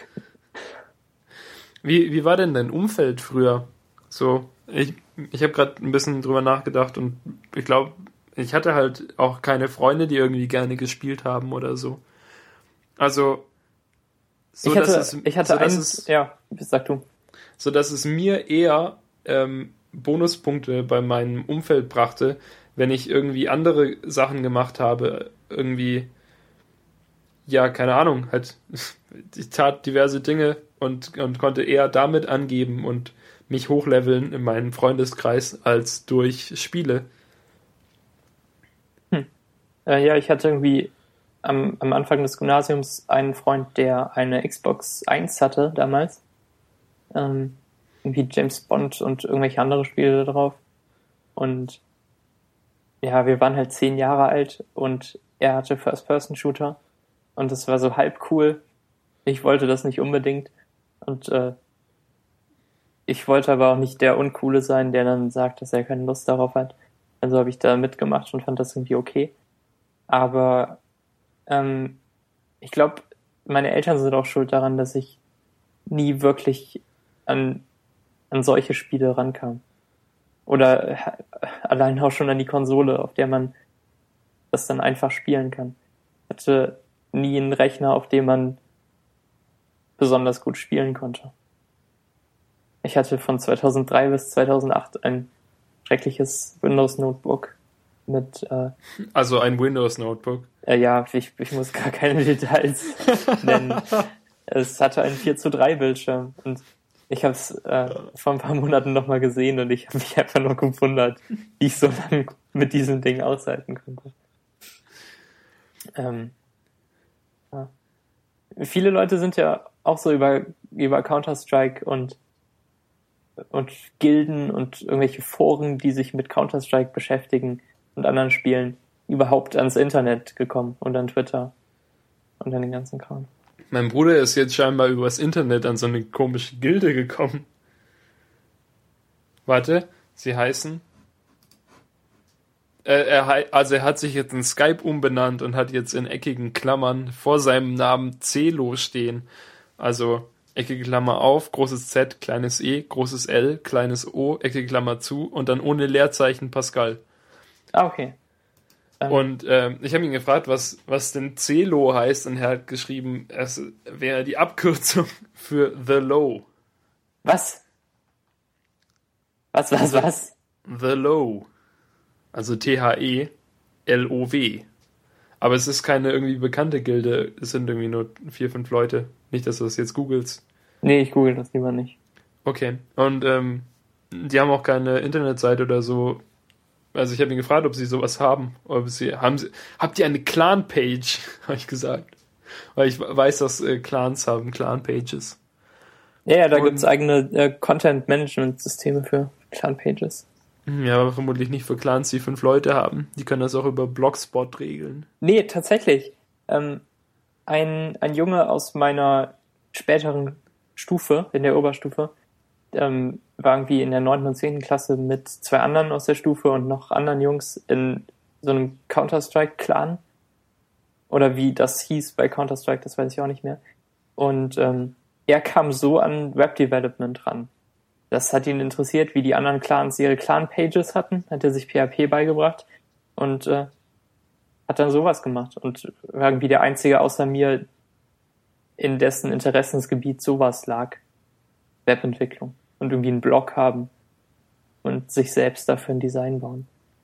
Wie war denn dein Umfeld früher? So, ich habe gerade ein bisschen drüber nachgedacht und ich glaube, ich hatte halt auch keine Freunde, die irgendwie gerne gespielt haben oder so. Also, so dass es mir eher Bonuspunkte bei meinem Umfeld brachte, wenn ich irgendwie andere Sachen gemacht habe, irgendwie, ja, keine Ahnung, halt, ich tat diverse Dinge und konnte eher damit angeben und mich hochleveln in meinem Freundeskreis als durch Spiele. Ja, ich hatte irgendwie am Anfang des Gymnasiums einen Freund, der eine Xbox 1 hatte damals. Irgendwie James Bond und irgendwelche andere Spiele da drauf. Und ja, wir waren halt 10 Jahre alt und er hatte First-Person-Shooter und das war so halb cool. Ich wollte das nicht unbedingt und ich wollte aber auch nicht der Uncoole sein, der dann sagt, dass er keine Lust darauf hat. Also habe ich da mitgemacht und fand das irgendwie okay. Aber ich glaube, meine Eltern sind auch schuld daran, dass ich nie wirklich an solche Spiele rankam. Oder allein auch schon an die Konsole, auf der man das dann einfach spielen kann. Ich hatte nie einen Rechner, auf dem man besonders gut spielen konnte. Ich hatte von 2003 bis 2008 ein schreckliches Windows-Notebook mit... also ein Windows-Notebook? Ja, ich muss gar keine Details nennen. Es hatte einen 4:3 Bildschirm und ich habe es vor ein paar Monaten nochmal gesehen und ich habe mich einfach nur gewundert, wie ich so lange mit diesem Ding aushalten konnte. Ja. Viele Leute sind ja auch so über Counter-Strike und Gilden und irgendwelche Foren, die sich mit Counter-Strike beschäftigen und anderen Spielen, überhaupt ans Internet gekommen und an Twitter und an den ganzen Kram. Mein Bruder ist jetzt scheinbar übers Internet an so eine komische Gilde gekommen. Warte, sie heißen... er hat sich jetzt in Skype umbenannt und hat jetzt in eckigen Klammern vor seinem Namen Celo stehen. Also eckige Klammer auf, großes Z, kleines E, großes L, kleines O, eckige Klammer zu und dann ohne Leerzeichen Pascal. Ah, okay. Und ich habe ihn gefragt, was denn Celo heißt, und er hat geschrieben, es wäre die Abkürzung für The Low. Was? Was? The Low. Also THELOW. Aber es ist keine irgendwie bekannte Gilde, es sind irgendwie nur 4, 5 Leute. Nicht, dass du das jetzt googelst. Nee, ich google das lieber nicht. Okay. Und die haben auch keine Internetseite oder so. Also ich habe ihn gefragt, ob sie sowas haben. Habt ihr eine Clan-Page? Habe ich gesagt. Weil ich weiß, dass Clans haben Clan-Pages. Ja, da gibt's eigene Content-Management-Systeme für Clan-Pages. Ja, aber vermutlich nicht für Clans, die 5 Leute haben. Die können das auch über Blogspot regeln. Nee, tatsächlich. Ein Junge aus meiner späteren Stufe, in der Oberstufe, war irgendwie in der 9. und 10. Klasse mit 2 anderen aus der Stufe und noch anderen Jungs in so einem Counter-Strike-Clan. Oder wie das hieß bei Counter-Strike, das weiß ich auch nicht mehr. Und er kam so an Web-Development ran. Das hat ihn interessiert, wie die anderen Clans ihre Clan-Pages hatten, hat er sich PHP beigebracht und hat dann sowas gemacht und war irgendwie der Einzige außer mir, in dessen Interessensgebiet sowas lag. Webentwicklung und irgendwie einen Blog haben und sich selbst dafür ein Design bauen.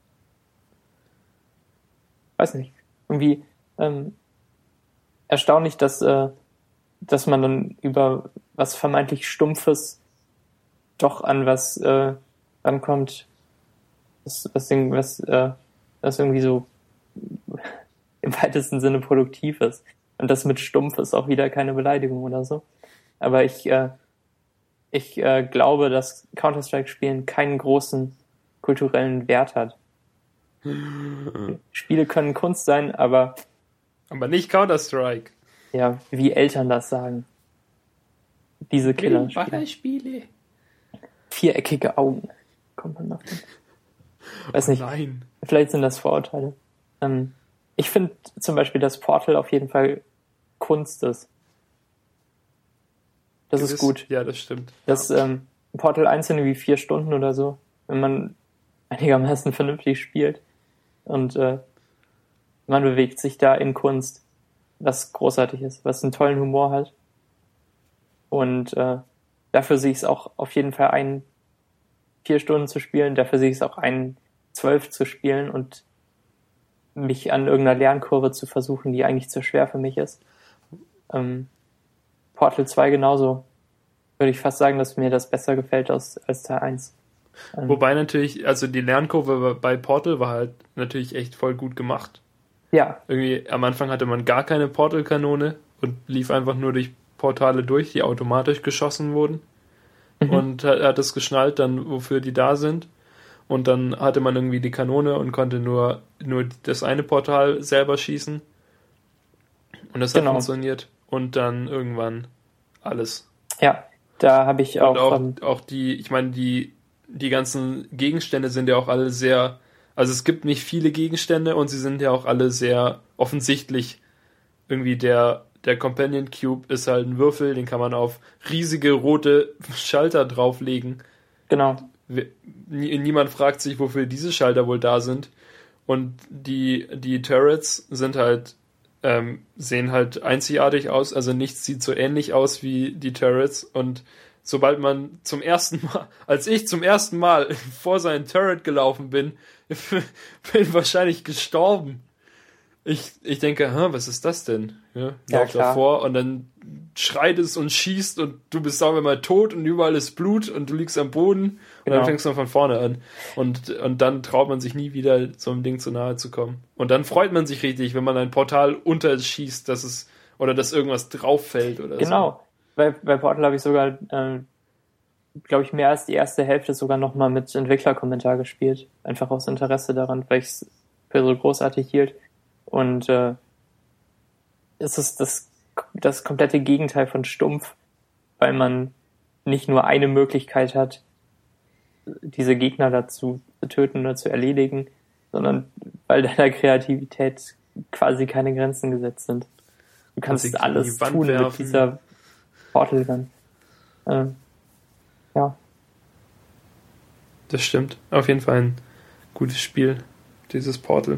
Weiß nicht. Irgendwie erstaunlich, dass man dann über was vermeintlich Stumpfes doch an was rankommt, was irgendwie so im weitesten Sinne produktiv ist. Und das mit stumpf ist auch wieder keine Beleidigung oder so. Aber ich glaube, dass Counter-Strike-Spielen keinen großen kulturellen Wert hat. Spiele können Kunst sein, aber nicht Counter-Strike. Ja, wie Eltern das sagen. Diese Killerspiele. 4-eckige Augen. Kommt man noch hin. Weiß nicht. Nein. Vielleicht sind das Vorurteile. Ich finde zum Beispiel, dass Portal auf jeden Fall Kunst ist. Das ist gut. Ja, das stimmt. Das Portal 1 sind irgendwie 4 Stunden oder so, wenn man einigermaßen vernünftig spielt. Und man bewegt sich da in Kunst, was großartig ist, was einen tollen Humor hat. Und dafür sehe ich es auch auf jeden Fall ein, 4 Stunden zu spielen, dafür sehe ich es auch ein, 12 zu spielen und mich an irgendeiner Lernkurve zu versuchen, die eigentlich zu schwer für mich ist. Portal 2 genauso. Würde ich fast sagen, dass mir das besser gefällt als Teil 1. Wobei natürlich, also die Lernkurve bei Portal war halt natürlich echt voll gut gemacht. Ja. Irgendwie am Anfang hatte man gar keine Portal-Kanone und lief einfach nur durch Portale durch, die automatisch geschossen wurden. Und hat es geschnallt dann, wofür die da sind. Und dann hatte man irgendwie die Kanone und konnte nur das eine Portal selber schießen. Und das hat funktioniert. Und dann irgendwann alles. Ja, da habe ich auch... Und auch die, ich meine, die ganzen Gegenstände sind ja auch alle sehr... Also es gibt nicht viele Gegenstände und sie sind ja auch alle sehr offensichtlich. Irgendwie der Companion Cube ist halt ein Würfel, den kann man auf riesige rote Schalter drauflegen. Genau. Niemand fragt sich, wofür diese Schalter wohl da sind. Und die Turrets sind halt, sehen halt einzigartig aus, also nichts sieht so ähnlich aus wie die Turrets. Und sobald man als ich zum ersten Mal vor seinen Turret gelaufen bin wahrscheinlich gestorben. Ich denke, was ist das denn? Ja, lauf davor und dann schreit es und schießt und du bist sauber mal tot und überall ist Blut und du liegst am Boden und dann fängst du von vorne an. Und dann traut man sich nie wieder, so einem Ding zu nahe zu kommen. Und dann freut man sich richtig, wenn man ein Portal unterschießt, dass irgendwas drauf fällt oder so. Genau. Bei Portal habe ich sogar, glaube ich, mehr als die erste Hälfte sogar nochmal mit Entwicklerkommentar gespielt. Einfach aus Interesse daran, weil ich es für so großartig hielt. Und es ist das komplette Gegenteil von stumpf, weil man nicht nur eine Möglichkeit hat, diese Gegner dazu zu töten oder zu erledigen, sondern weil deiner Kreativität quasi keine Grenzen gesetzt sind. Du kannst alles tun mit dieser Portal Gun. Ja. Das stimmt. Auf jeden Fall ein gutes Spiel, dieses Portal.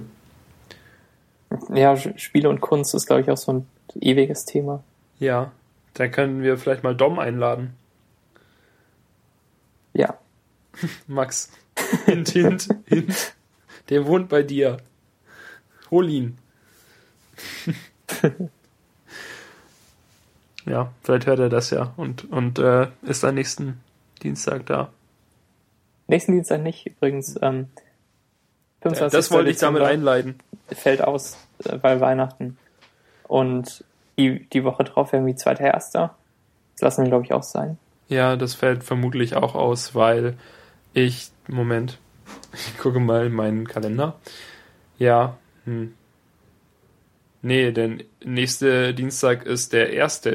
Ja, Spiele und Kunst ist, glaube ich, auch so ein ewiges Thema. Ja, dann können wir vielleicht mal Dom einladen. Ja. Max. Hint. Der wohnt bei dir. Hol ihn. Ja, vielleicht hört er das ja und ist am nächsten Dienstag da. Nächsten Dienstag nicht, übrigens. 25. Das wollte ich damit einleiten. Fällt aus, weil Weihnachten. Und die Woche drauf wäre irgendwie 2.1. Das lassen wir, glaube ich, auch sein. Ja, das fällt vermutlich auch aus, weil ich gucke mal in meinen Kalender. Ja, Nee, denn nächste Dienstag ist der 1.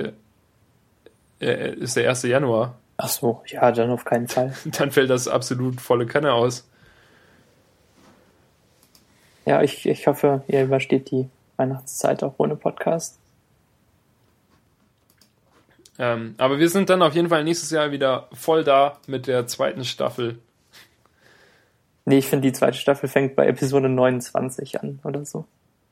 Januar. Ach so, ja, dann auf keinen Fall. Dann fällt das absolut volle Kanne aus. Ja, ich hoffe, ihr übersteht die Weihnachtszeit auch ohne Podcast. Aber wir sind dann auf jeden Fall nächstes Jahr wieder voll da mit der zweiten Staffel. Nee, ich finde, die zweite Staffel fängt bei Episode 29 an oder so.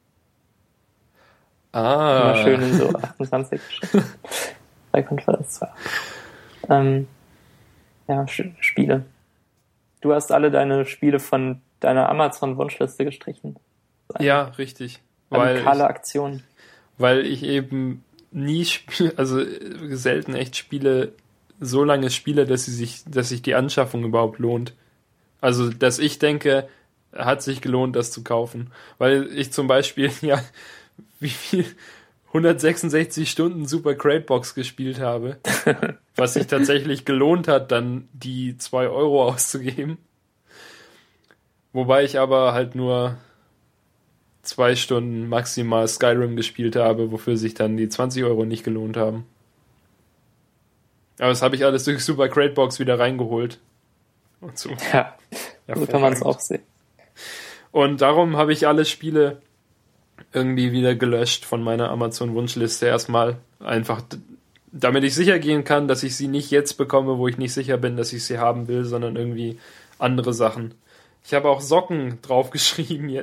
Immer schön in so 28. Da kommt das 2. Ja, Spiele. Du hast alle deine Spiele von deiner Amazon-Wunschliste gestrichen. Ja, richtig. Radikale Aktion. Weil ich eben nie selten echt so lange spiele, dass sich die Anschaffung überhaupt lohnt. Also, dass ich denke, hat sich gelohnt, das zu kaufen. Weil ich zum Beispiel, wie viel 166 Stunden Super Crate Box gespielt habe, was sich tatsächlich gelohnt hat, dann die 2 Euro auszugeben. Wobei ich aber halt nur 2 Stunden maximal Skyrim gespielt habe, wofür sich dann die 20 Euro nicht gelohnt haben. Aber das habe ich alles durch Super Crate Box wieder reingeholt. Und so. Ja, so kann man es auch sehen. Und darum habe ich alle Spiele irgendwie wieder gelöscht von meiner Amazon-Wunschliste erstmal. Einfach, damit ich sicher gehen kann, dass ich sie nicht jetzt bekomme, wo ich nicht sicher bin, dass ich sie haben will, sondern irgendwie andere Sachen. Ich habe auch Socken draufgeschrieben jetzt.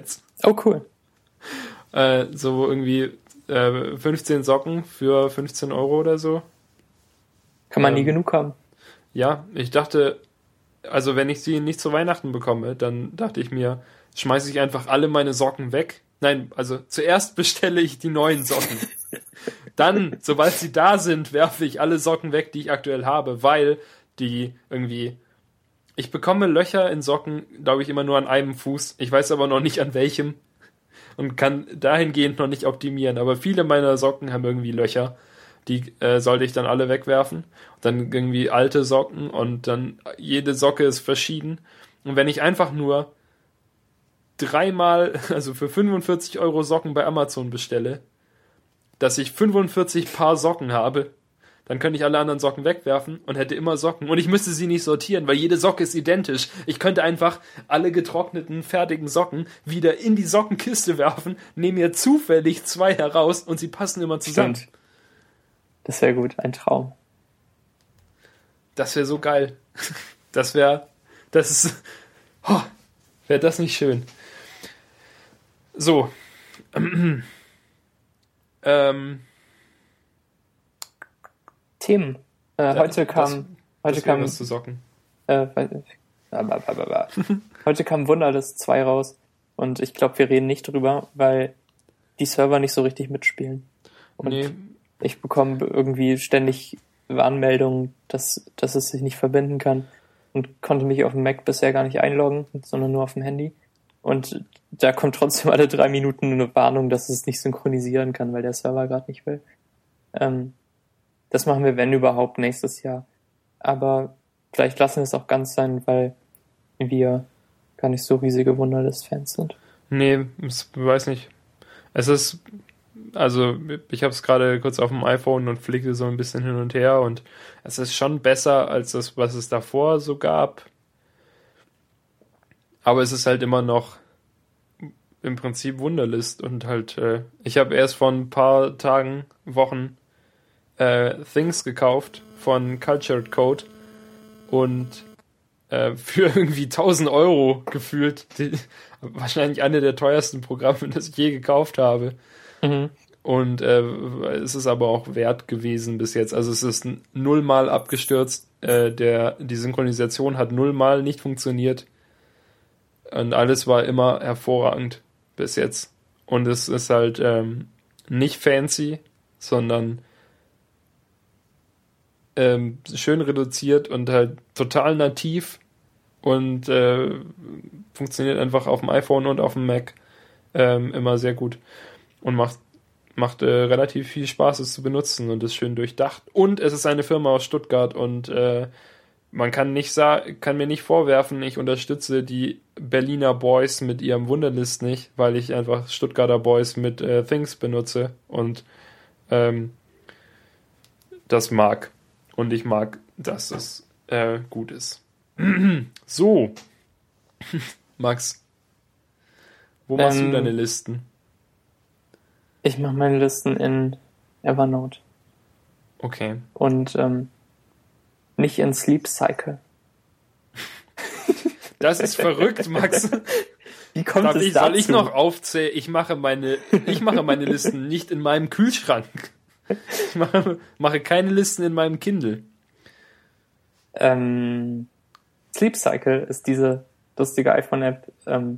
Oh, cool. So irgendwie 15 Socken für 15 Euro oder so. Kann man nie genug haben. Ja, ich dachte, also wenn ich sie nicht zu Weihnachten bekomme, dann dachte ich mir, schmeiße ich einfach alle meine Socken weg. Nein, also zuerst bestelle ich die neuen Socken. Dann, sobald sie da sind, werfe ich alle Socken weg, die ich aktuell habe, weil die irgendwie... Ich bekomme Löcher in Socken, glaube ich, immer nur an einem Fuß. Ich weiß aber noch nicht an welchem und kann dahingehend noch nicht optimieren. Aber viele meiner Socken haben irgendwie Löcher. Die sollte ich dann alle wegwerfen. Und dann irgendwie alte Socken und dann jede Socke ist verschieden. Und wenn ich einfach nur dreimal, also für 45 Euro Socken bei Amazon bestelle, dass ich 45 Paar Socken habe, dann könnte ich alle anderen Socken wegwerfen und hätte immer Socken. Und ich müsste sie nicht sortieren, weil jede Socke ist identisch. Ich könnte einfach alle getrockneten, fertigen Socken wieder in die Sockenkiste werfen, nehme mir zufällig 2 heraus und sie passen immer zusammen. Stimmt. Das wäre gut, ein Traum. Das wäre so geil. Wäre das nicht schön. So. Themen. Heute kam was zu Socken. Heute kam Wunderlist 2 raus und ich glaube, wir reden nicht drüber, weil die Server nicht so richtig mitspielen. Und ich bekomme irgendwie ständig Warnmeldungen, dass es sich nicht verbinden kann und konnte mich auf dem Mac bisher gar nicht einloggen, sondern nur auf dem Handy. Und da kommt trotzdem alle 3 Minuten eine Warnung, dass es nicht synchronisieren kann, weil der Server gerade nicht will. Das machen wir, wenn überhaupt, nächstes Jahr. Aber vielleicht lassen wir es auch ganz sein, weil wir gar nicht so riesige Wunderlist-Fans sind. Nee, ich weiß nicht. Es ist, also ich habe es gerade kurz auf dem iPhone und flickte so ein bisschen hin und her und es ist schon besser als das, was es davor so gab. Aber es ist halt immer noch im Prinzip Wunderlist und halt, ich habe erst vor ein paar Tagen, Wochen Things gekauft von Cultured Code und für irgendwie 1000 Euro gefühlt, wahrscheinlich eine der teuersten Programme, das ich je gekauft habe. Mhm. Und es ist aber auch wert gewesen bis jetzt. Also es ist 0-mal abgestürzt, die Synchronisation hat 0-mal nicht funktioniert und alles war immer hervorragend bis jetzt. Und es ist halt nicht fancy, sondern schön reduziert und halt total nativ und funktioniert einfach auf dem iPhone und auf dem Mac immer sehr gut und macht relativ viel Spaß, es zu benutzen und ist schön durchdacht. Und es ist eine Firma aus Stuttgart und man kann mir nicht vorwerfen, ich unterstütze die Berliner Boys mit ihrem Wunderlist nicht, weil ich einfach Stuttgarter Boys mit Things benutze und das mag. Und ich mag, dass es gut ist. So. Max, wo machst du deine Listen? Ich mache meine Listen in Evernote. Okay. Und nicht in Sleep Cycle. Das ist verrückt, Max. Wie kommt es dazu? Soll ich noch aufzählen? Ich mache meine Listen nicht in meinem Kühlschrank. Ich mache keine Listen in meinem Kindle. Sleep Cycle ist diese lustige iPhone-App,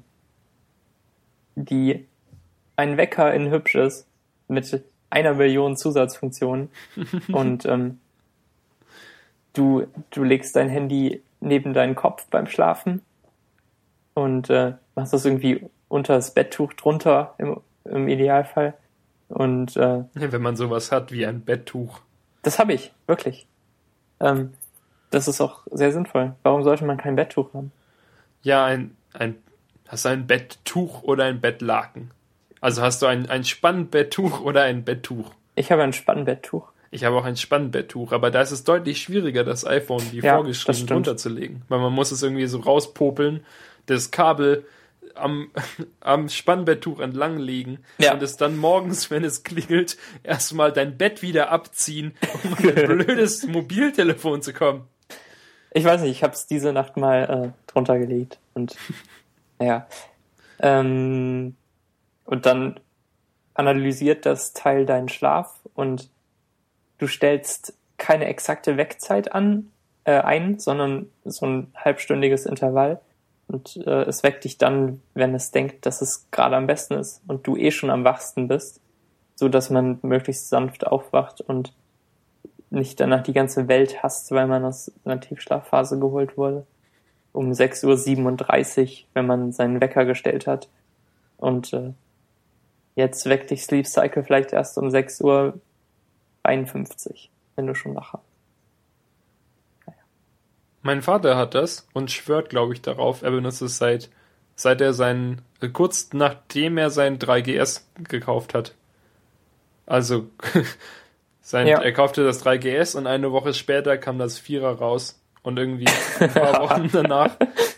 die ein Wecker in hübsch ist mit 1 Million Zusatzfunktionen und du legst dein Handy neben deinen Kopf beim Schlafen und machst das irgendwie unter das Betttuch drunter im Idealfall. Und wenn man sowas hat wie ein Betttuch. Das habe ich, wirklich. Das ist auch sehr sinnvoll. Warum sollte man kein Betttuch haben? Ja, hast du ein Betttuch oder ein Bettlaken? Also hast du ein Spannbetttuch oder ein Betttuch? Ich habe ein Spannbetttuch. Ich habe auch ein Spannbetttuch, aber da ist es deutlich schwieriger, das iPhone wie vorgeschrieben runterzulegen. Weil man muss es irgendwie so rauspopeln, das Kabel am Spannbetttuch entlang legen und es dann morgens, wenn es klingelt, erstmal dein Bett wieder abziehen, um an ein blödes Mobiltelefon zu kommen. Ich weiß nicht, ich habe es diese Nacht mal drunter gelegt und ja. Und dann analysiert das Teil deinen Schlaf und du stellst keine exakte Weckzeit ein, sondern so ein halbstündiges Intervall. Und es weckt dich dann, wenn es denkt, dass es gerade am besten ist und du schon am wachsten bist, so dass man möglichst sanft aufwacht und nicht danach die ganze Welt hasst, weil man aus einer Tiefschlafphase geholt wurde. Um 6:37 Uhr, wenn man seinen Wecker gestellt hat. Und jetzt weckt dich Sleep Cycle vielleicht erst um 6:51 Uhr, wenn du schon wach bist. Mein Vater hat das und schwört, glaube ich, darauf. Er benutzt es seit er kurz nachdem er sein 3GS gekauft hat. Also, er kaufte das 3GS und eine Woche später kam das 4er raus. Und irgendwie ein paar Wochen danach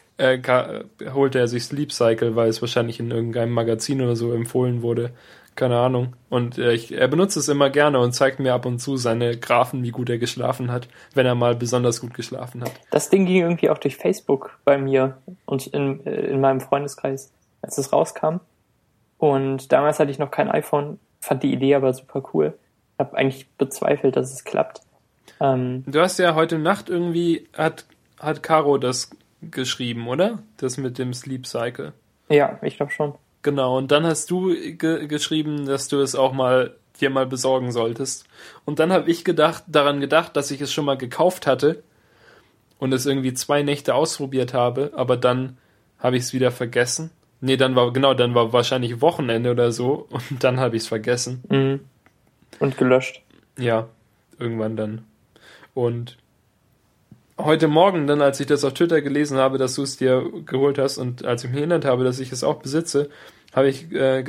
holte er sich Sleep Cycle, weil es wahrscheinlich in irgendeinem Magazin oder so empfohlen wurde. Keine Ahnung. Und er benutzt es immer gerne und zeigt mir ab und zu seine Graphen, wie gut er geschlafen hat, wenn er mal besonders gut geschlafen hat. Das Ding ging irgendwie auch durch Facebook bei mir und in meinem Freundeskreis, als es rauskam. Und damals hatte ich noch kein iPhone, fand die Idee aber super cool. Habe eigentlich bezweifelt, dass es klappt. Du hast ja heute Nacht irgendwie, hat Caro das geschrieben, oder? Das mit dem Sleep Cycle. Ja, ich glaube schon. Genau, und dann hast du geschrieben, dass du es auch dir mal besorgen solltest. Und dann habe ich daran gedacht, dass ich es schon mal gekauft hatte und es irgendwie 2 Nächte ausprobiert habe, aber dann habe ich es wieder vergessen. Nee, dann war wahrscheinlich Wochenende oder so und dann habe ich es vergessen. Mhm. Und gelöscht. Ja, irgendwann dann. Und heute Morgen dann, als ich das auf Twitter gelesen habe, dass du es dir geholt hast und als ich mich erinnert habe, dass ich es auch besitze, habe ich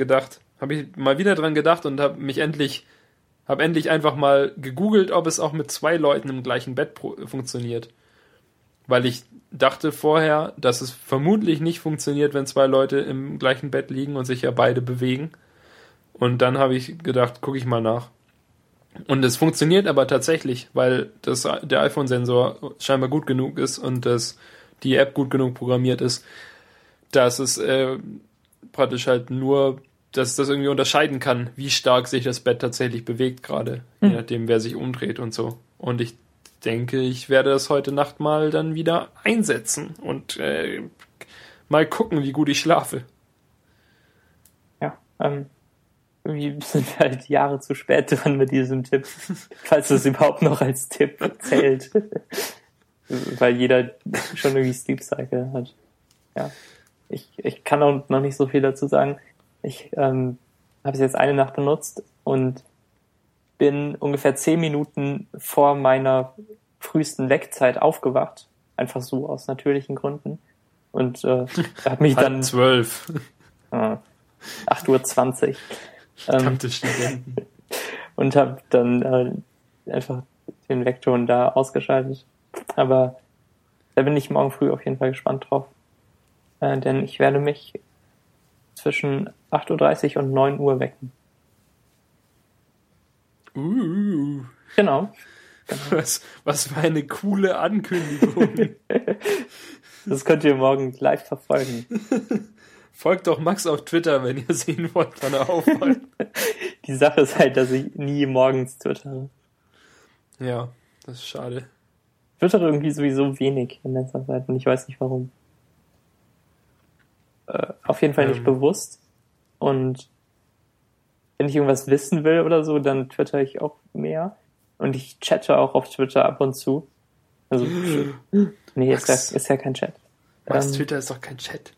mal wieder dran gedacht und habe endlich einfach mal gegoogelt, ob es auch mit 2 Leuten im gleichen Bett funktioniert. Weil ich dachte vorher, dass es vermutlich nicht funktioniert, wenn 2 Leute im gleichen Bett liegen und sich ja beide bewegen. Und dann habe ich gedacht, gucke ich mal nach. Und es funktioniert aber tatsächlich, weil der iPhone-Sensor scheinbar gut genug ist und die App gut genug programmiert ist, dass es praktisch halt nur, dass das irgendwie unterscheiden kann, wie stark sich das Bett tatsächlich bewegt gerade, je nachdem, wer sich umdreht und so. Und ich denke, ich werde das heute Nacht mal dann wieder einsetzen und mal gucken, wie gut ich schlafe. Ja, irgendwie sind wir halt Jahre zu spät dran mit diesem Tipp, falls es überhaupt noch als Tipp zählt. Weil jeder schon irgendwie Sleep Cycle hat. Ja. Ich kann auch noch nicht so viel dazu sagen. Ich habe es jetzt eine Nacht benutzt und bin ungefähr 10 Minuten vor meiner frühesten Weckzeit aufgewacht. Einfach so aus natürlichen Gründen. Und habe mich dann... 12. 8:20 Uhr. Verdammte Studenten. Und habe dann einfach den Weckton da ausgeschaltet. Aber da bin ich morgen früh auf jeden Fall gespannt drauf. Denn ich werde mich zwischen 8:30 Uhr und 9 Uhr wecken. Genau. Was für eine coole Ankündigung. Das könnt ihr morgen live verfolgen. Folgt doch Max auf Twitter, wenn ihr sehen wollt, wann er aufwacht. Die Sache ist halt, dass ich nie morgens twittere. Ja, das ist schade. Ich twittere irgendwie sowieso wenig in letzter Zeit und ich weiß nicht warum. Auf jeden Fall nicht bewusst. Und wenn ich irgendwas wissen will oder so, dann twitter ich auch mehr. Und ich chatte auch auf Twitter ab und zu. Also, nee, ist ja kein Chat. Was, Twitter ist doch kein Chat.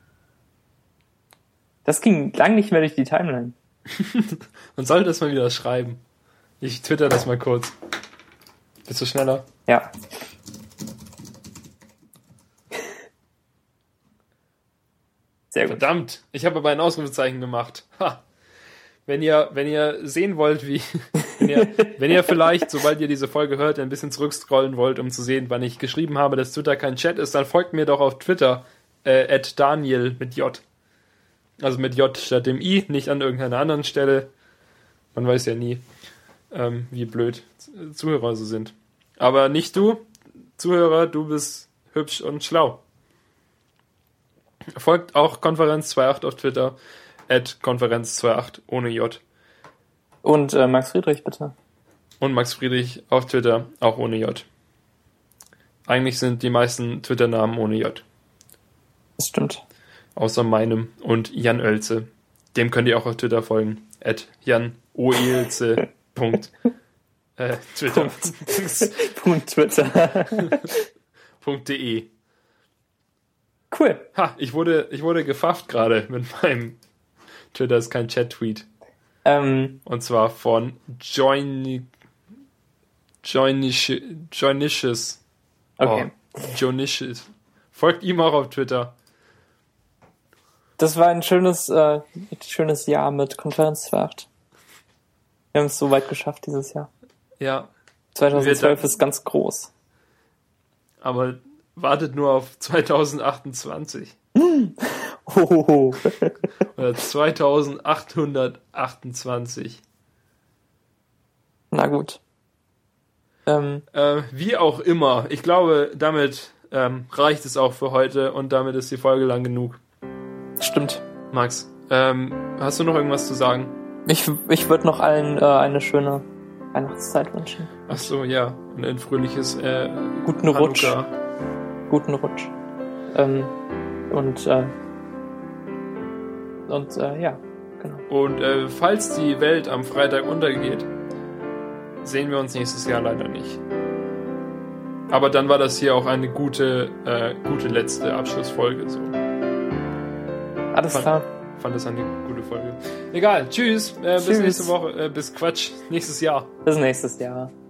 Das ging lang nicht mehr durch die Timeline. Man sollte das mal wieder schreiben. Ich twitter das mal kurz. Bist du schneller? Ja. Sehr gut. Verdammt, ich habe aber ein Ausrufezeichen gemacht. Ha. Wenn ihr sehen wollt, wenn ihr vielleicht, sobald ihr diese Folge hört, ein bisschen zurückscrollen wollt, um zu sehen, wann ich geschrieben habe, dass Twitter kein Chat ist, dann folgt mir doch auf Twitter, @Daniel mit J. Also mit J statt dem I, nicht an irgendeiner anderen Stelle. Man weiß ja nie, wie blöd Zuhörer so sind. Aber nicht du, Zuhörer, du bist hübsch und schlau. Folgt auch Konferenz 2.8 auf Twitter. @konferenz28 ohne J. Und Max Friedrich, bitte. Und Max Friedrich auf Twitter, auch ohne J. Eigentlich sind die meisten Twitter-Namen ohne J. Das stimmt. Außer meinem und Jan Oelze. Dem könnt ihr auch auf Twitter folgen. @JanOelze. Twitter. Twitter. .de. Cool. Ha, ich wurde gefafft gerade mit meinem Twitter ist kein Chat-Tweet. Und zwar von Joinicious. Okay. Joinicious. Folgt ihm auch auf Twitter. Das war ein schönes Jahr mit Konferenz 28. Wir haben es so weit geschafft dieses Jahr. Ja. 2012 ist ganz groß. Aber wartet nur auf 2028. Hohoho. Oder 2828. Na gut. Wie auch immer. Ich glaube, damit reicht es auch für heute und damit ist die Folge lang genug. Stimmt. Max, hast du noch irgendwas zu sagen? Ich würde noch allen eine schöne Weihnachtszeit wünschen. Ach so, ja. Und ein fröhliches guten Rutsch. Hanukkah. Guten Rutsch. Ja, genau. Und falls die Welt am Freitag untergeht, sehen wir uns nächstes Jahr leider nicht. Aber dann war das hier auch eine gute letzte Abschlussfolge. So. Alles klar. Fand das eine gute Folge. Egal, tschüss. Bis nächste Woche. Nächstes Jahr. Bis nächstes Jahr.